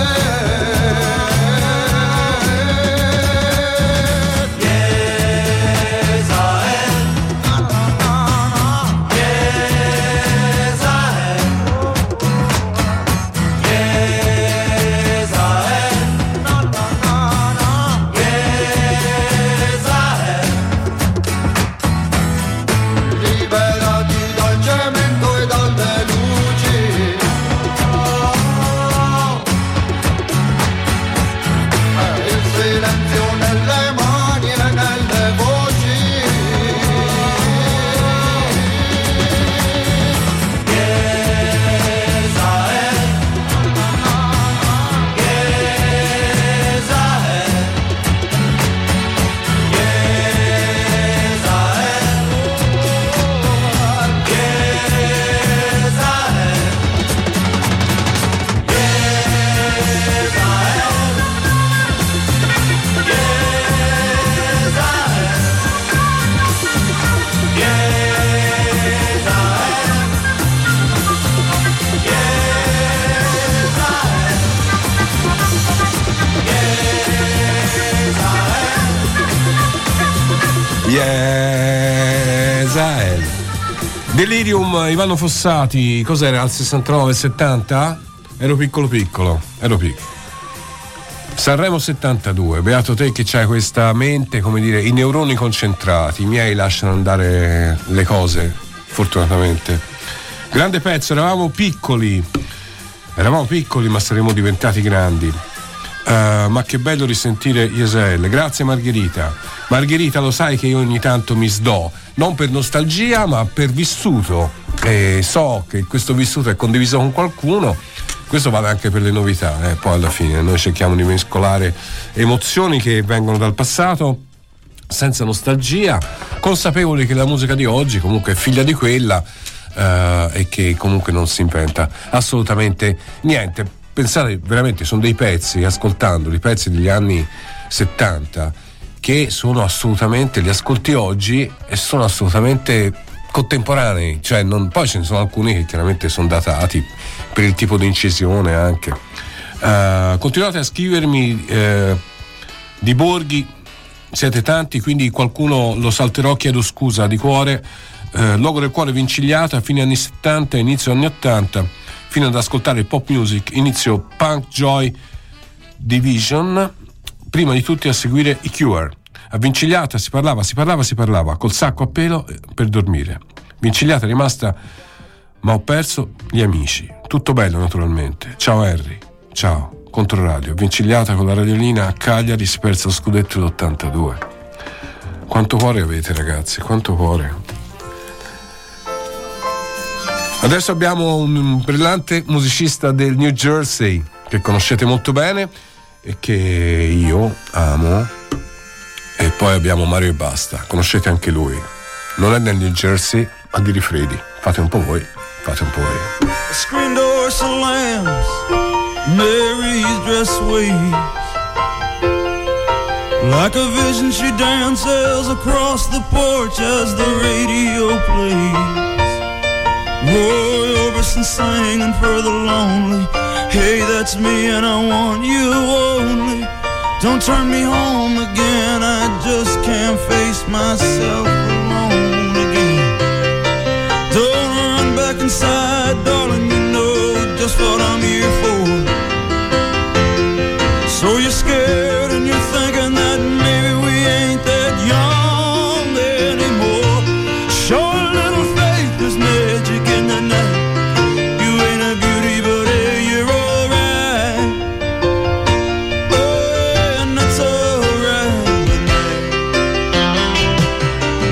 Delirium, Ivano Fossati, cos'era al 69, 70? Ero piccolo. Sanremo 72, beato te che c'hai questa mente, come dire, i neuroni concentrati, i miei lasciano andare le cose, fortunatamente. Grande pezzo, eravamo piccoli ma saremmo diventati grandi. Ma che bello risentire Yesel. Grazie Margherita. Margherita, lo sai che io ogni tanto mi sdo, non per nostalgia ma per vissuto, e so che questo vissuto è condiviso con qualcuno. Questo vale anche per le novità, poi alla fine noi cerchiamo di mescolare emozioni che vengono dal passato senza nostalgia, consapevoli che la musica di oggi comunque è figlia di quella, e che comunque non si inventa assolutamente niente. Pensate, veramente sono dei pezzi, ascoltando i pezzi degli anni 70 che sono assolutamente, li ascolti oggi e sono assolutamente contemporanei, cioè poi ce ne sono alcuni che chiaramente sono datati per il tipo di incisione anche. Continuate a scrivermi di Borghi, siete tanti, quindi qualcuno lo salterò, chiedo scusa di cuore. Logo del cuore, Vincigliata, fine anni 70, inizio anni 80, fino ad ascoltare il pop music, inizio punk, joy division, prima di tutti a seguire i Cure. A Vincigliata si parlava col sacco a pelo per dormire. Vincigliata è rimasta, ma ho perso gli amici. Tutto bello naturalmente. Ciao Harry, ciao. Controradio, Vincigliata con la radiolina a Cagliari, si perse lo scudetto d'82. Quanto cuore avete ragazzi, quanto cuore. Adesso abbiamo un brillante musicista del New Jersey che conoscete molto bene e che io amo, e poi abbiamo Mario e Basta, conoscete anche lui, non è nel New Jersey ma di Rifredi. Fate un po' voi. Screen door slams, Mary's dress waves, like a vision she dances across the porch as the radio plays. Roy Orbison singing for the lonely. Hey, that's me and I want you only. Don't turn me home again, I just can't face myself alone again. Don't run back inside, darling, you know just what I'm here for. So you're scared and you're thinking that maybe we ain't that young anymore. Show a little faith, there's magic in the night. You ain't a beauty, but hey, you're alright. Oh, yeah, and that's alright with me.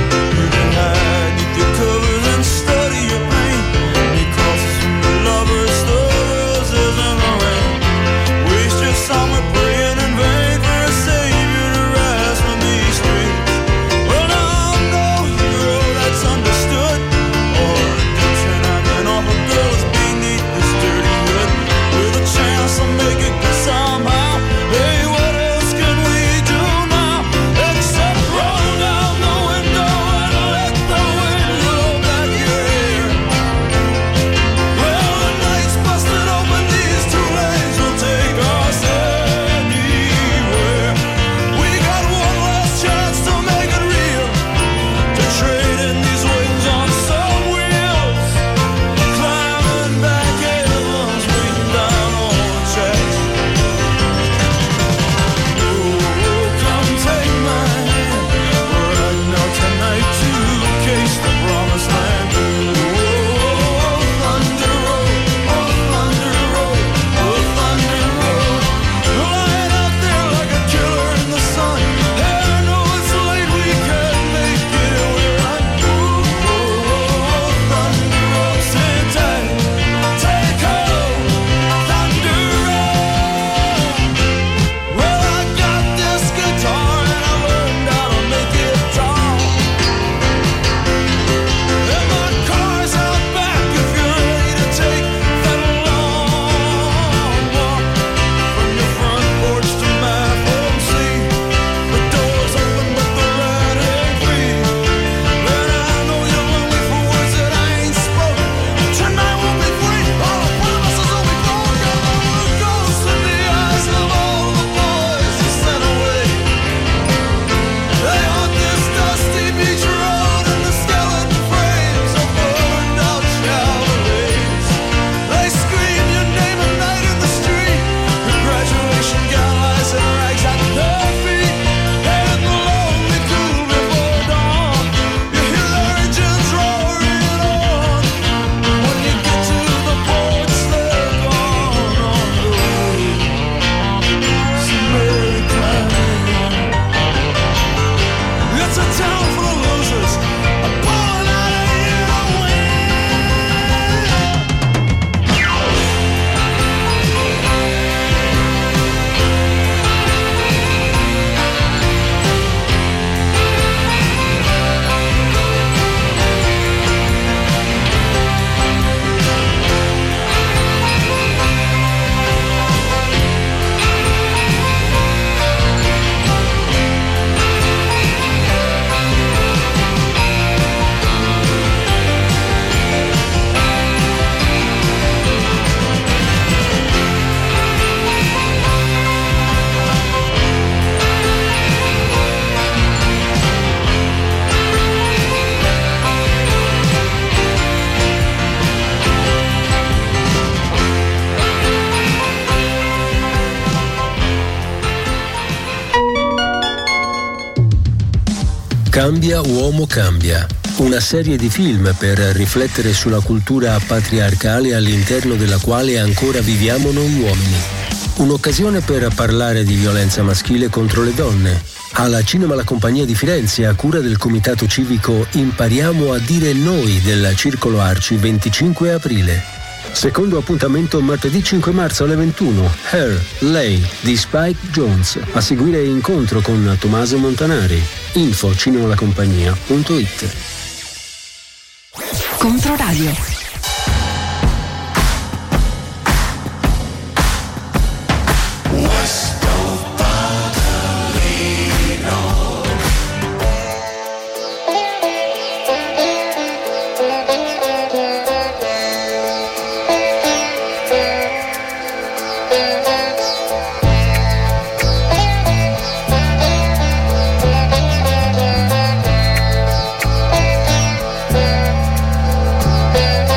Cambia uomo cambia. Una serie di film per riflettere sulla cultura patriarcale all'interno della quale ancora viviamo noi uomini. Un'occasione per parlare di violenza maschile contro le donne. Alla Cinema La Compagnia di Firenze, a cura del comitato civico Impariamo a dire noi del Circolo Arci, 25 aprile. Secondo appuntamento martedì 5 marzo alle 21. Her, Lei di Spike Jonze. A seguire incontro con Tommaso Montanari. Info cinemalacompagnia.it. Controradio. Yeah.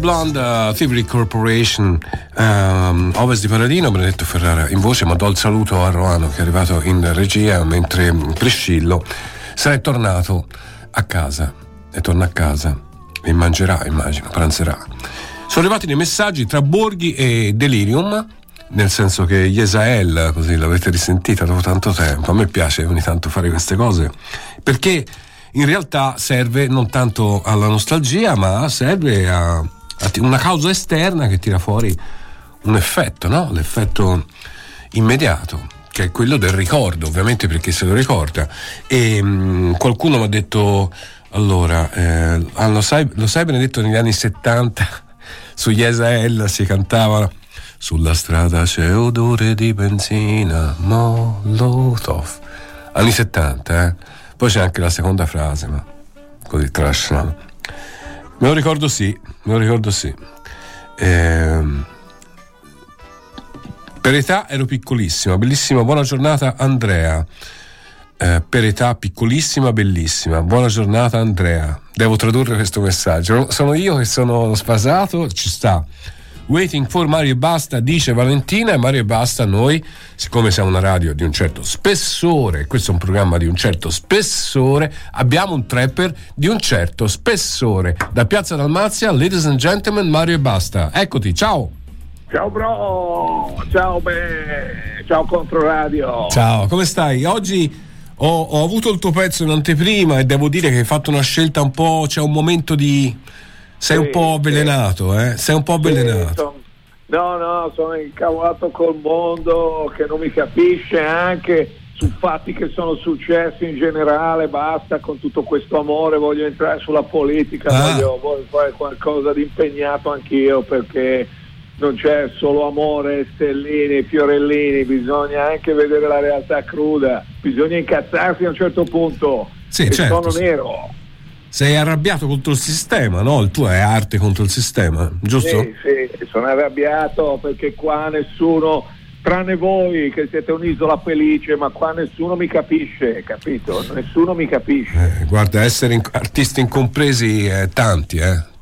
Blonde, Thievery Corporation, Ovest di Paladino, Benedetto Ferrara in voce, ma do il saluto a Roano che è arrivato in regia, mentre Priscillo se n'è tornato a casa e torna a casa e mangerà, immagino, pranzerà. Sono arrivati dei messaggi tra Borghi e Delirium, nel senso che Yesael, così l'avete risentita dopo tanto tempo. A me piace ogni tanto fare queste cose, perché in realtà serve non tanto alla nostalgia, ma serve a una causa esterna che tira fuori un effetto, no? L'effetto immediato, che è quello del ricordo, ovviamente, perché se lo ricorda. E qualcuno mi ha detto, allora, lo sai Benedetto, negli anni 70 su Yesael si cantava: sulla strada c'è odore di benzina, Molotov. Anni 70, Poi c'è anche la seconda frase, ma così trash, no? Me lo ricordo sì. Per età ero piccolissima, bellissima, buona giornata Andrea. Per età piccolissima, bellissima, buona giornata Andrea. Devo tradurre questo messaggio. Sono io che sono sfasato, ci sta. Waiting for Mario e Basta, dice Valentina, e Mario e Basta, noi, siccome siamo una radio di un certo spessore, questo è un programma di un certo spessore, abbiamo un trapper di un certo spessore. Da Piazza Dalmazia, ladies and gentlemen, Mario e Basta. Eccoti, ciao. Ciao bro, ciao ciao Controradio. Ciao, come stai? Oggi ho avuto il tuo pezzo in anteprima e devo dire che hai fatto una scelta un po', c'è un momento di... Sei un po' avvelenato, Sei un po' avvelenato. Sono incavolato col mondo che non mi capisce, anche su fatti che sono successi in generale. Basta con tutto questo amore, voglio entrare sulla politica, voglio fare qualcosa di impegnato anch'io, perché non c'è solo amore, stellini, fiorellini, bisogna anche vedere la realtà cruda, bisogna incazzarsi a un certo punto. Sì, certo. Sono nero. Sei arrabbiato contro il sistema, no? Il tuo è arte contro il sistema, giusto? Sì, sono arrabbiato perché qua nessuno, tranne voi che siete un'isola felice, ma qua nessuno mi capisce, capito? Nessuno mi capisce. Guarda, essere artisti incompresi, tanti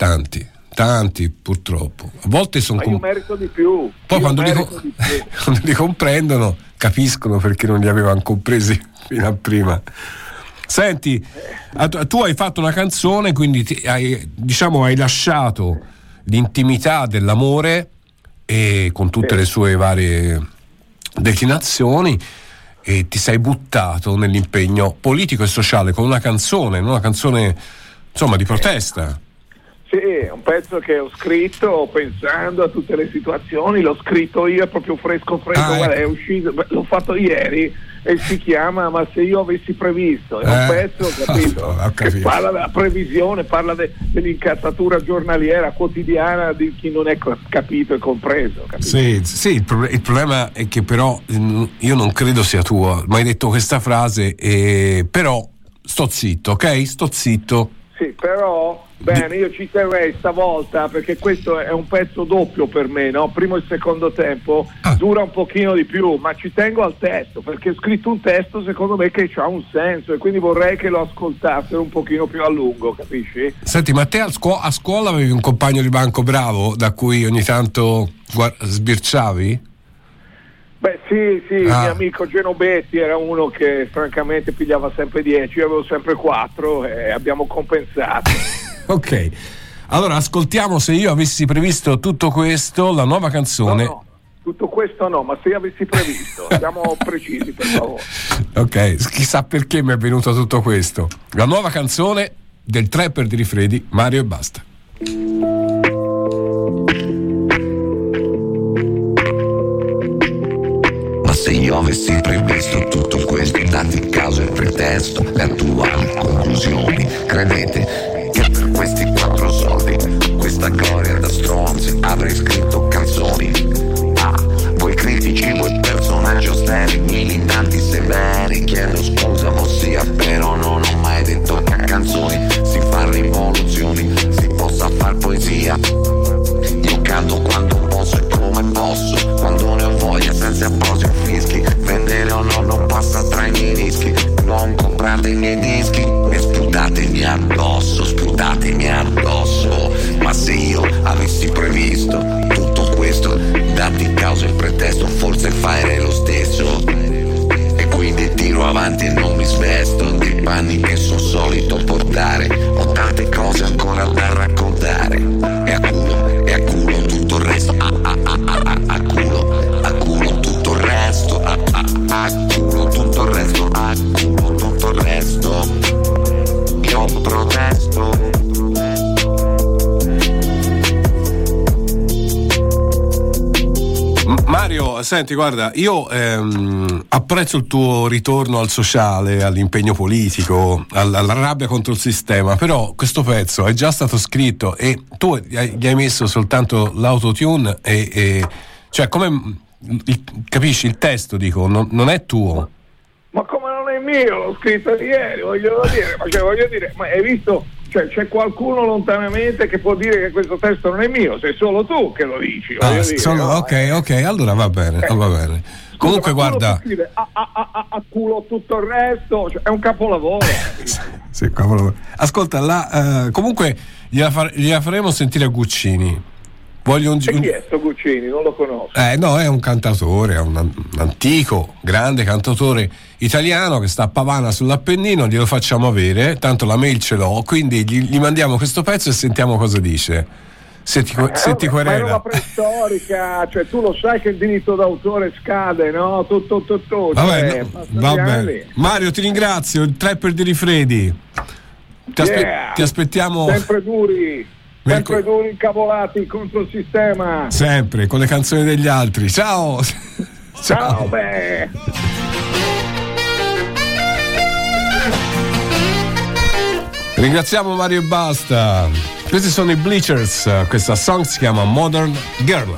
purtroppo. A volte sono... Ma io merito di più. Poi quando li comprendono, capiscono perché non li avevano compresi fino a prima. Senti, tu hai fatto una canzone, quindi hai lasciato l'intimità dell'amore e con tutte le sue varie declinazioni e ti sei buttato nell'impegno politico e sociale con una canzone insomma di protesta. Sì, è un pezzo che ho scritto pensando a tutte le situazioni, l'ho scritto io, è proprio fresco, guarda, è uscito, l'ho fatto ieri e si chiama Ma se io avessi previsto, è un pezzo, capito? Che parla della previsione, parla dell'incazzatura giornaliera, quotidiana di chi non è capito e compreso, capito? Sì, il problema è che però io non credo sia tuo, ma hai detto questa frase, però sto zitto, ok? Sto zitto. Sì, però bene, io ci terrei stavolta, perché questo è un pezzo doppio per me, no? Primo e secondo tempo dura un pochino di più, ma ci tengo al testo, perché ho scritto un testo secondo me che ha un senso e quindi vorrei che lo ascoltassero un pochino più a lungo, capisci? Senti, ma te a scuola avevi un compagno di banco bravo da cui ogni tanto sbirciavi? Beh sì, il mio amico Genobetti era uno che francamente pigliava sempre 10, io avevo sempre 4 e abbiamo compensato. Ok, allora ascoltiamo Se io avessi previsto tutto questo, la nuova canzone. No, tutto questo no, ma se io avessi previsto, siamo precisi per favore. Ok, chissà perché mi è venuto tutto questo. La nuova canzone del trapper di Rifredi, Mario e Basta. Se io avessi previsto tutto questo, dati causa e pretesto, le attuali conclusioni, credete che per questi 4 soldi, questa gloria da stronzi, avrei scritto canzoni. Voi critici, voi personaggi osteri, militanti severi, chiedo scusa, ossia, però non ho mai detto che a canzoni si fa rivoluzioni, si possa far poesia. Io canto quando posso e come posso, quando ne ho voglia, senza applausi o fischi. Vendere o no non passa tra i miei rischi. Non comprate i miei dischi e sputatemi addosso, se io avessi previsto tutto questo, dati causa e pretesto, forse farei lo stesso. E quindi tiro avanti e non mi svesto dei panni che sono solito portare. Ho tante cose ancora da raccontare. E a culo tutto il resto. A culo tutto il resto. A culo tutto il resto. A culo tutto il resto. Io protesto. Mario, senti, guarda, io apprezzo il tuo ritorno al sociale, all'impegno politico, alla rabbia contro il sistema, però questo pezzo è già stato scritto e tu gli hai messo soltanto l'autotune e cioè come capisci il testo, dico, non è tuo. Ma come non è mio, l'ho scritto ieri, voglio dire, ma hai visto? Cioè, c'è qualcuno lontanamente che può dire che questo testo non è mio, sei solo tu che lo dici. Ok, allora va bene. Scusa, Comunque guarda, a culo tutto il resto, cioè, è un capolavoro. sì, capolavoro. Ascolta, comunque gliela faremo sentire a Guccini. E chi è sto Guccini? Non lo conosco. No, è un cantautore, è un antico, grande cantautore italiano che sta a Pavana sull'Appennino, glielo facciamo avere, tanto la mail ce l'ho, quindi gli mandiamo questo pezzo e sentiamo cosa dice. Se ti querela. Ma è una preistorica, cioè tu lo sai che il diritto d'autore scade, no? Tutto. Vabbè, va bene. Mario, ti ringrazio, il trapper di Rifredi. Ti aspettiamo. Sempre duri incavolati contro il sistema. Sempre, con le canzoni degli altri. Ciao. Ciao, beh. Ringraziamo Mario e basta. Questi sono i Bleachers. Questa song si chiama Modern Girl.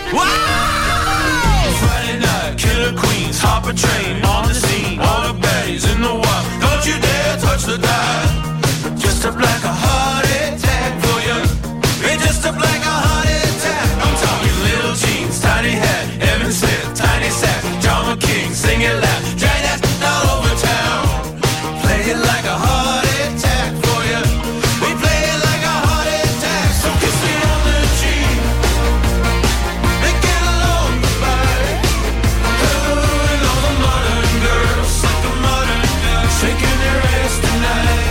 Friday night, killer queens, hop a train on the scene. All the baddies in the wild. Don't you dare touch the dial. Just up like a heart attack for you. It's just up like a heart attack. I'm talking little jeans, tiny hat, Evan Smith, tiny sack, John McKing, sing it loud, drag that all over town. Play it like a heart attack for you. We play it like a heart attack. So kiss me on the cheek and get along goodbye. Oh, and all the modern girls, like the modern girls, shaking their ass tonight.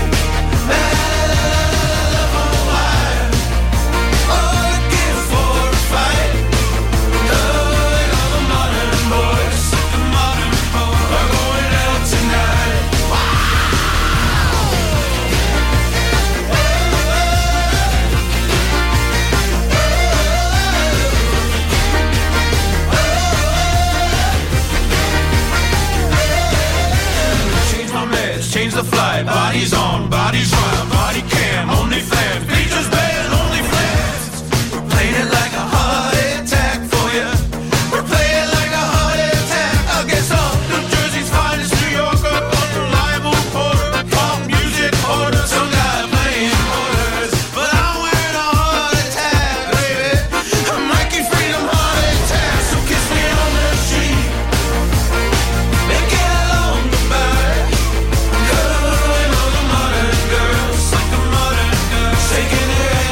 Change the flight, bodies on, bodies run, body cam, only fans, bleachers band, only fans. We're playing it like a heart attack for you. We're playing like a heart attack. I guess New Jersey's finest, New Yorker, unreliable porter, pop music order, some guy playing quarters. But I'm wearing a heart attack, baby. I'm Nike Freedom heart attack. So kiss me on the cheek and get along goodbye. Shaking it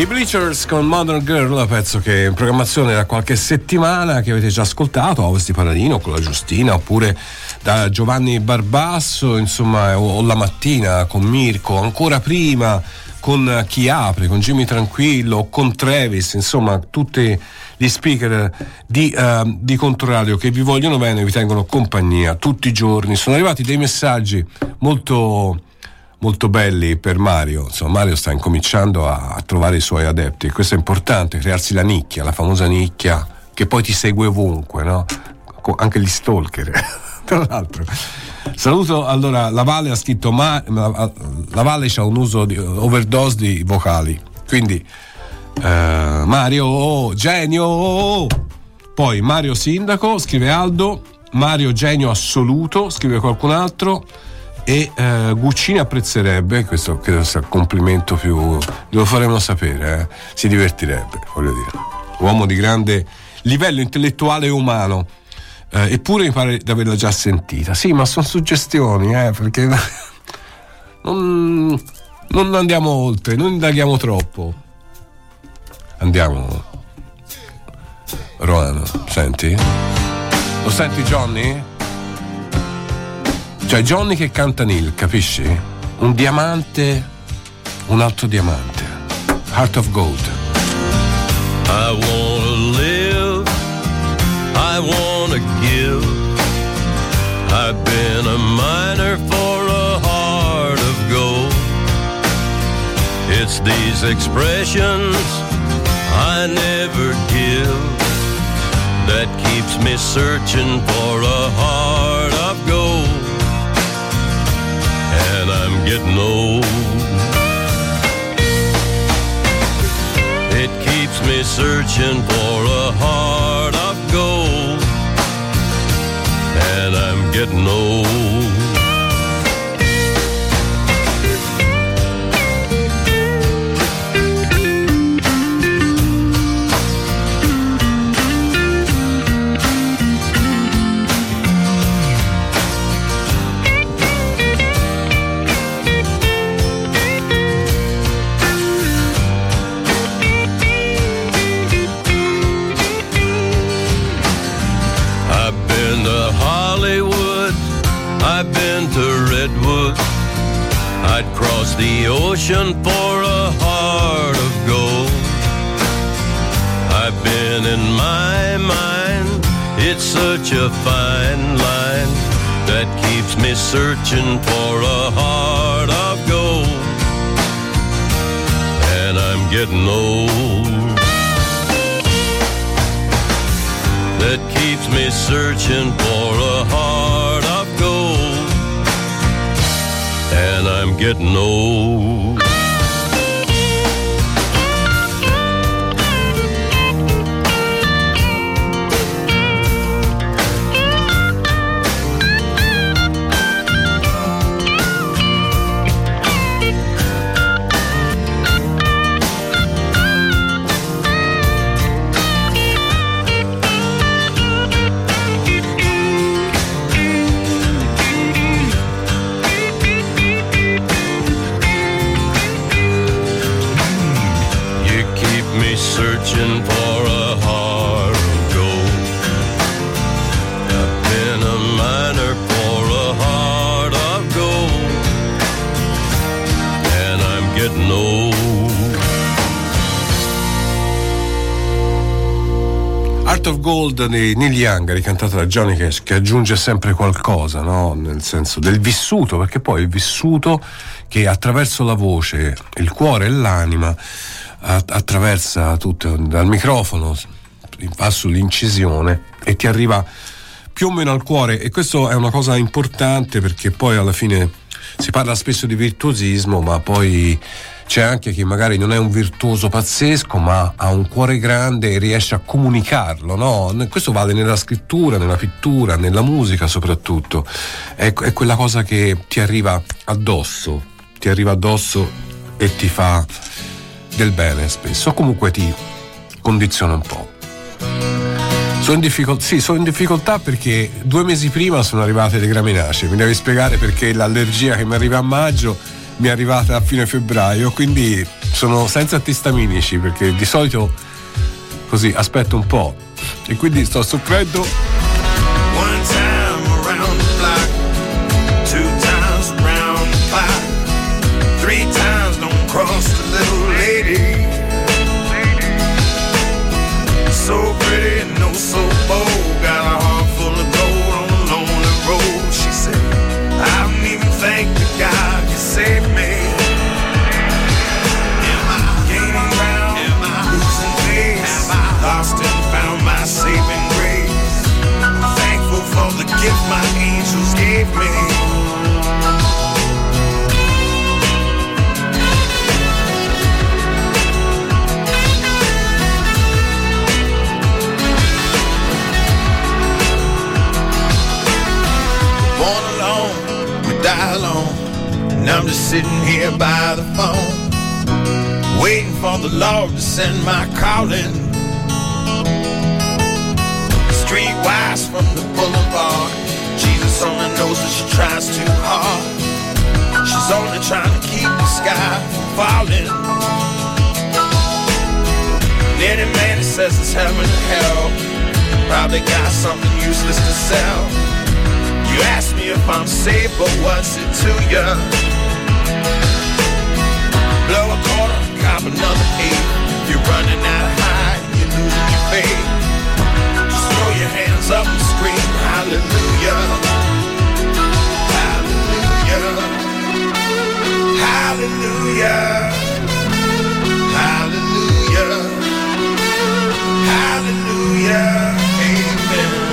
I Bleachers con Modern Girl, pezzo che è in programmazione da qualche settimana, che avete già ascoltato, Ovest di Paladino con la Giustina, oppure da Giovanni Barbasso, insomma, o La Mattina con Mirko, ancora prima con Chi Apre, con Jimmy Tranquillo, con Travis, insomma tutti gli speaker di Controradio che vi vogliono bene e vi tengono compagnia tutti i giorni. Sono arrivati dei messaggi molto belli per Mario. Insomma, Mario sta incominciando a trovare i suoi adepti, e questo è importante, crearsi la nicchia, la famosa nicchia che poi ti segue ovunque, no? Anche gli stalker. Tra l'altro, saluto. Allora, la Valle ha scritto la Valle c'ha un uso di overdose di vocali, quindi Mario genio. Poi Mario sindaco, scrive Aldo. Mario genio assoluto, scrive qualcun altro. E Guccini apprezzerebbe, questo credo sia il complimento più, lo faremo sapere, si divertirebbe, voglio dire, uomo di grande livello intellettuale e umano. Eppure mi pare di averla già sentita. Sì, ma sono suggestioni, perché non andiamo oltre, non indaghiamo troppo. Andiamo. Roano, senti? Lo senti, Johnny? Cioè Johnny che canta Neil, capisci? Un diamante, un altro diamante. Heart of Gold. I wanna live, I wanna give. I've been a miner for a heart of gold. It's these expressions I never give that keeps me searching for a heart of gold. And I'm getting old. It keeps me searching for a heart of gold. And I'm getting old. I've been to Redwood. I'd cross the ocean for a heart of gold. I've been in my mind. It's such a fine line that keeps me searching for a heart of gold. And I'm getting old. That keeps me searching for a heart of gold. And I'm getting old. Searching for a heart of gold. I've been a miner for a heart of gold. And I'm getting old. Heart of Gold di Neil Young, ricantata da Johnny Cash, che aggiunge sempre qualcosa, no? Nel senso del vissuto, perché poi il vissuto che attraverso la voce, il cuore e l'anima attraversa tutto dal microfono, va sull'incisione e ti arriva più o meno al cuore, e questo è una cosa importante, perché poi alla fine si parla spesso di virtuosismo, ma poi c'è anche chi magari non è un virtuoso pazzesco, ma ha un cuore grande e riesce a comunicarlo, no? Questo vale nella scrittura, nella pittura, nella musica soprattutto. È quella cosa che ti arriva addosso e ti fa del bene spesso, o comunque ti condiziona un po'. Sono in difficoltà perché 2 mesi prima sono arrivate le graminacee. Mi devi spiegare perché l'allergia che mi arriva a maggio mi è arrivata a fine febbraio, quindi sono senza antistaminici, perché di solito così aspetto un po' e quindi sto soffrendo. One time around the block, 2 times around the clock, 3 times don't cross the little lady. So pretty and no so bold, got a heart full of gold on a lonely road. She said, I don't even think that God can save me. Am I gaining ground? Am I losing pace? Am I lost and found my saving grace? I'm thankful for the gift my angels gave me. Born alone, we die alone, and I'm just sitting here by the phone, waiting for the Lord to send my calling. Streetwise from the boulevard, Jesus only knows that she tries too hard. She's only trying to keep the sky from falling. And any man that says it's heaven or hell probably got something useless to sell. You ask me if I'm safe, but what's it to ya? Blow a quarter, cop another 8. If you're running out of high, you're losing your faith. Just throw your hands up and scream hallelujah. Hallelujah. Hallelujah. Hallelujah. Hallelujah. Amen.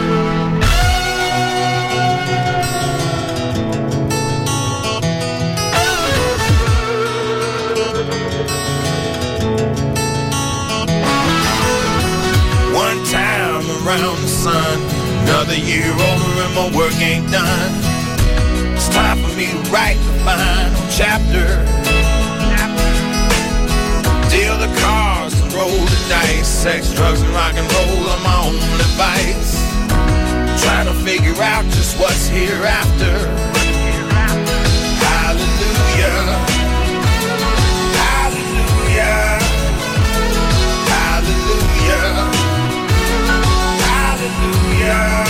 One time around the sun, another year over and my work ain't done. It's time for me to write the final chapter. Deal the cards and roll the dice. Sex, drugs, and rock and roll are my only vice. Trying to figure out just what's hereafter. Hallelujah. Hallelujah. Hallelujah. Hallelujah.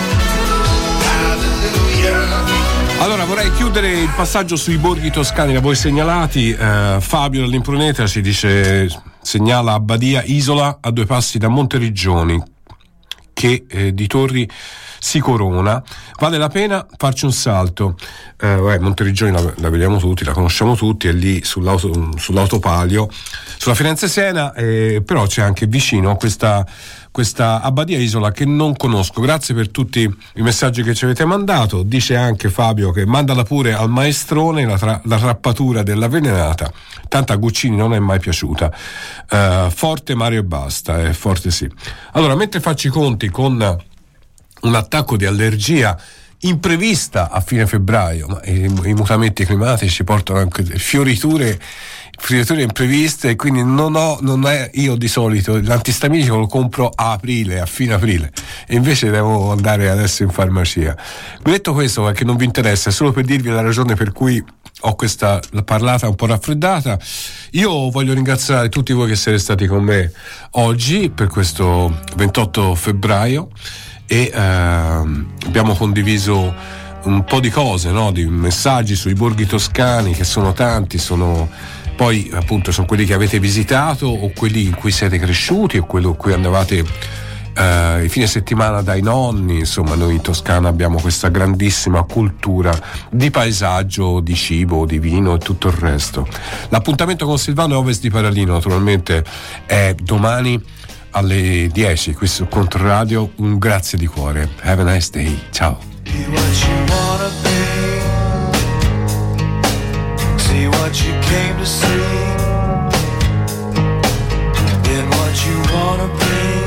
Hallelujah. Allora vorrei chiudere il passaggio sui borghi toscani da voi segnalati. Fabio dall'Impruneta ci dice, segnala Abbadia Isola a 2 passi da Monteriggioni, che di Torri si corona. Vale la pena farci un salto. Monteriggioni la vediamo tutti, la conosciamo tutti, è lì sull'autopalio, sulla Firenze-Siena, però c'è anche vicino questa Abbadia Isola che non conosco. Grazie per tutti i messaggi che ci avete mandato. Dice anche Fabio che mandala pure al maestrone la trappatura dell'avvelenata, tanto a Guccini non è mai piaciuta. Forte Mario e basta, forte sì. Allora, mentre faccio i conti con un attacco di allergia imprevista a fine febbraio, ma i mutamenti climatici portano anche fioriture impreviste, e quindi non è, io di solito l'antistaminico lo compro a fine aprile, e invece devo andare adesso in farmacia. Detto questo, perché non vi interessa, è solo per dirvi la ragione per cui ho questa parlata un po' raffreddata. Io voglio ringraziare tutti voi che siete stati con me oggi per questo 28 febbraio e abbiamo condiviso un po' di cose, no? Di messaggi sui borghi toscani, che sono tanti, poi appunto sono quelli che avete visitato o quelli in cui siete cresciuti o quello in cui andavate i fine settimana dai nonni. Insomma, noi in Toscana abbiamo questa grandissima cultura di paesaggio, di cibo, di vino e tutto il resto. L'appuntamento con Silvano e Ovest di Paralino naturalmente è domani alle 10 qui su Controradio. Un grazie di cuore, have a nice day, ciao. Be what you wanna be, see what you came to see, get what you wanna be,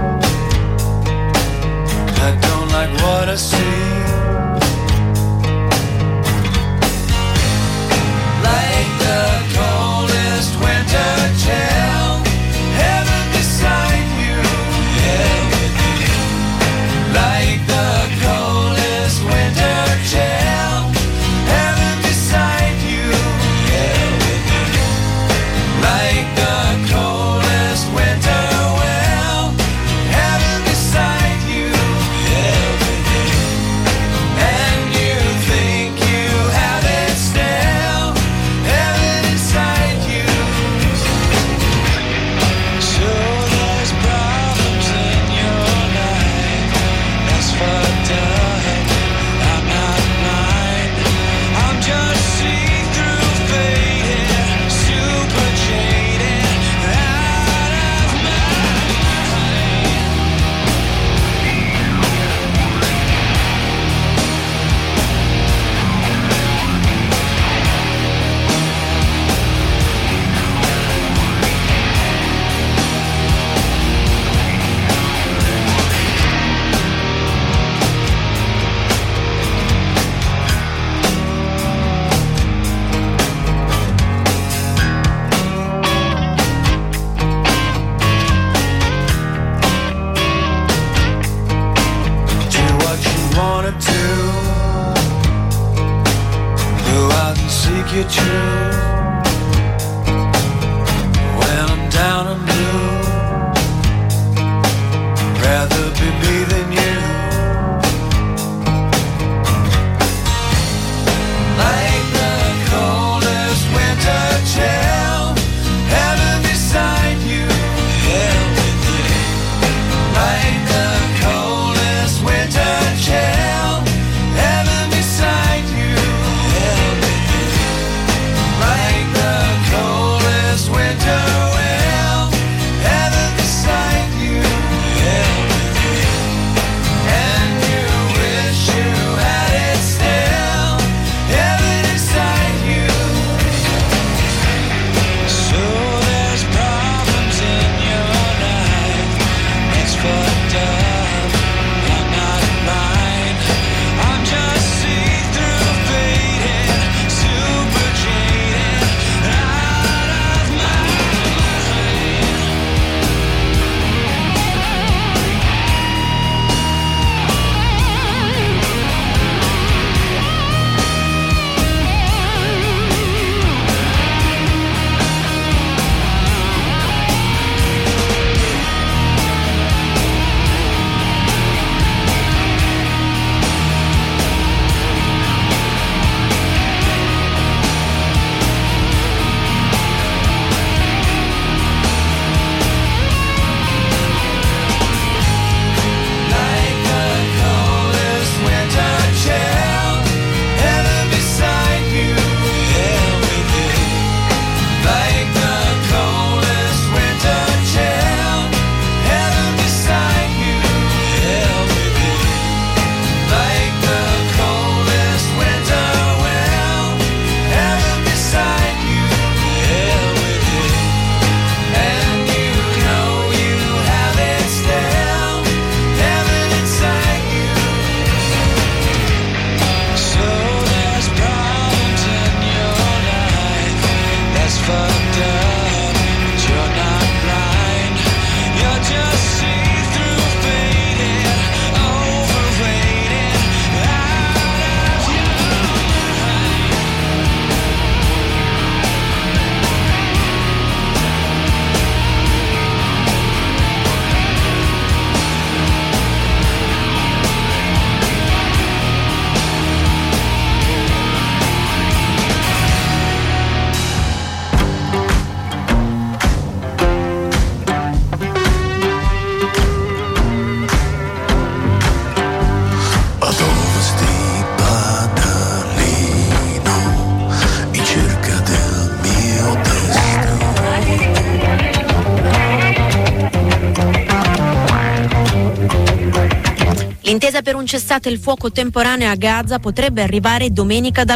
I don't like what I see, like the coldest winter chill, heaven beside you, yeah, like the coldest winter chill. seek your truth when I'm down and blue. Rather be me than you. Like the coldest winter chill, heaven beside you, hell with you. Like the coldest winter chill, heaven beside you, hell with you. Like the coldest winter wind, heaven beside you, hell with you. And you wish you had it still, heaven inside you. So there's problems in your life, it's fucked up, I'm not mine. I'm just see-through faded, super jaded, out of my mind. Like the coldest winter chill, heaven beside you, hell with you. Like the coldest winter chill, heaven beside you, hell with you. Like the coldest winter wind, heaven beside you, hell with you. And you know you have it still, heaven inside you. So there's problems in your life, that's fucked up, but you're not blind. You're just see-through faded, overrated, out of your Ad ovest di Padalino, in cerca del mio L'intesa per un cessate il fuoco temporaneo a Gaza potrebbe arrivare domenica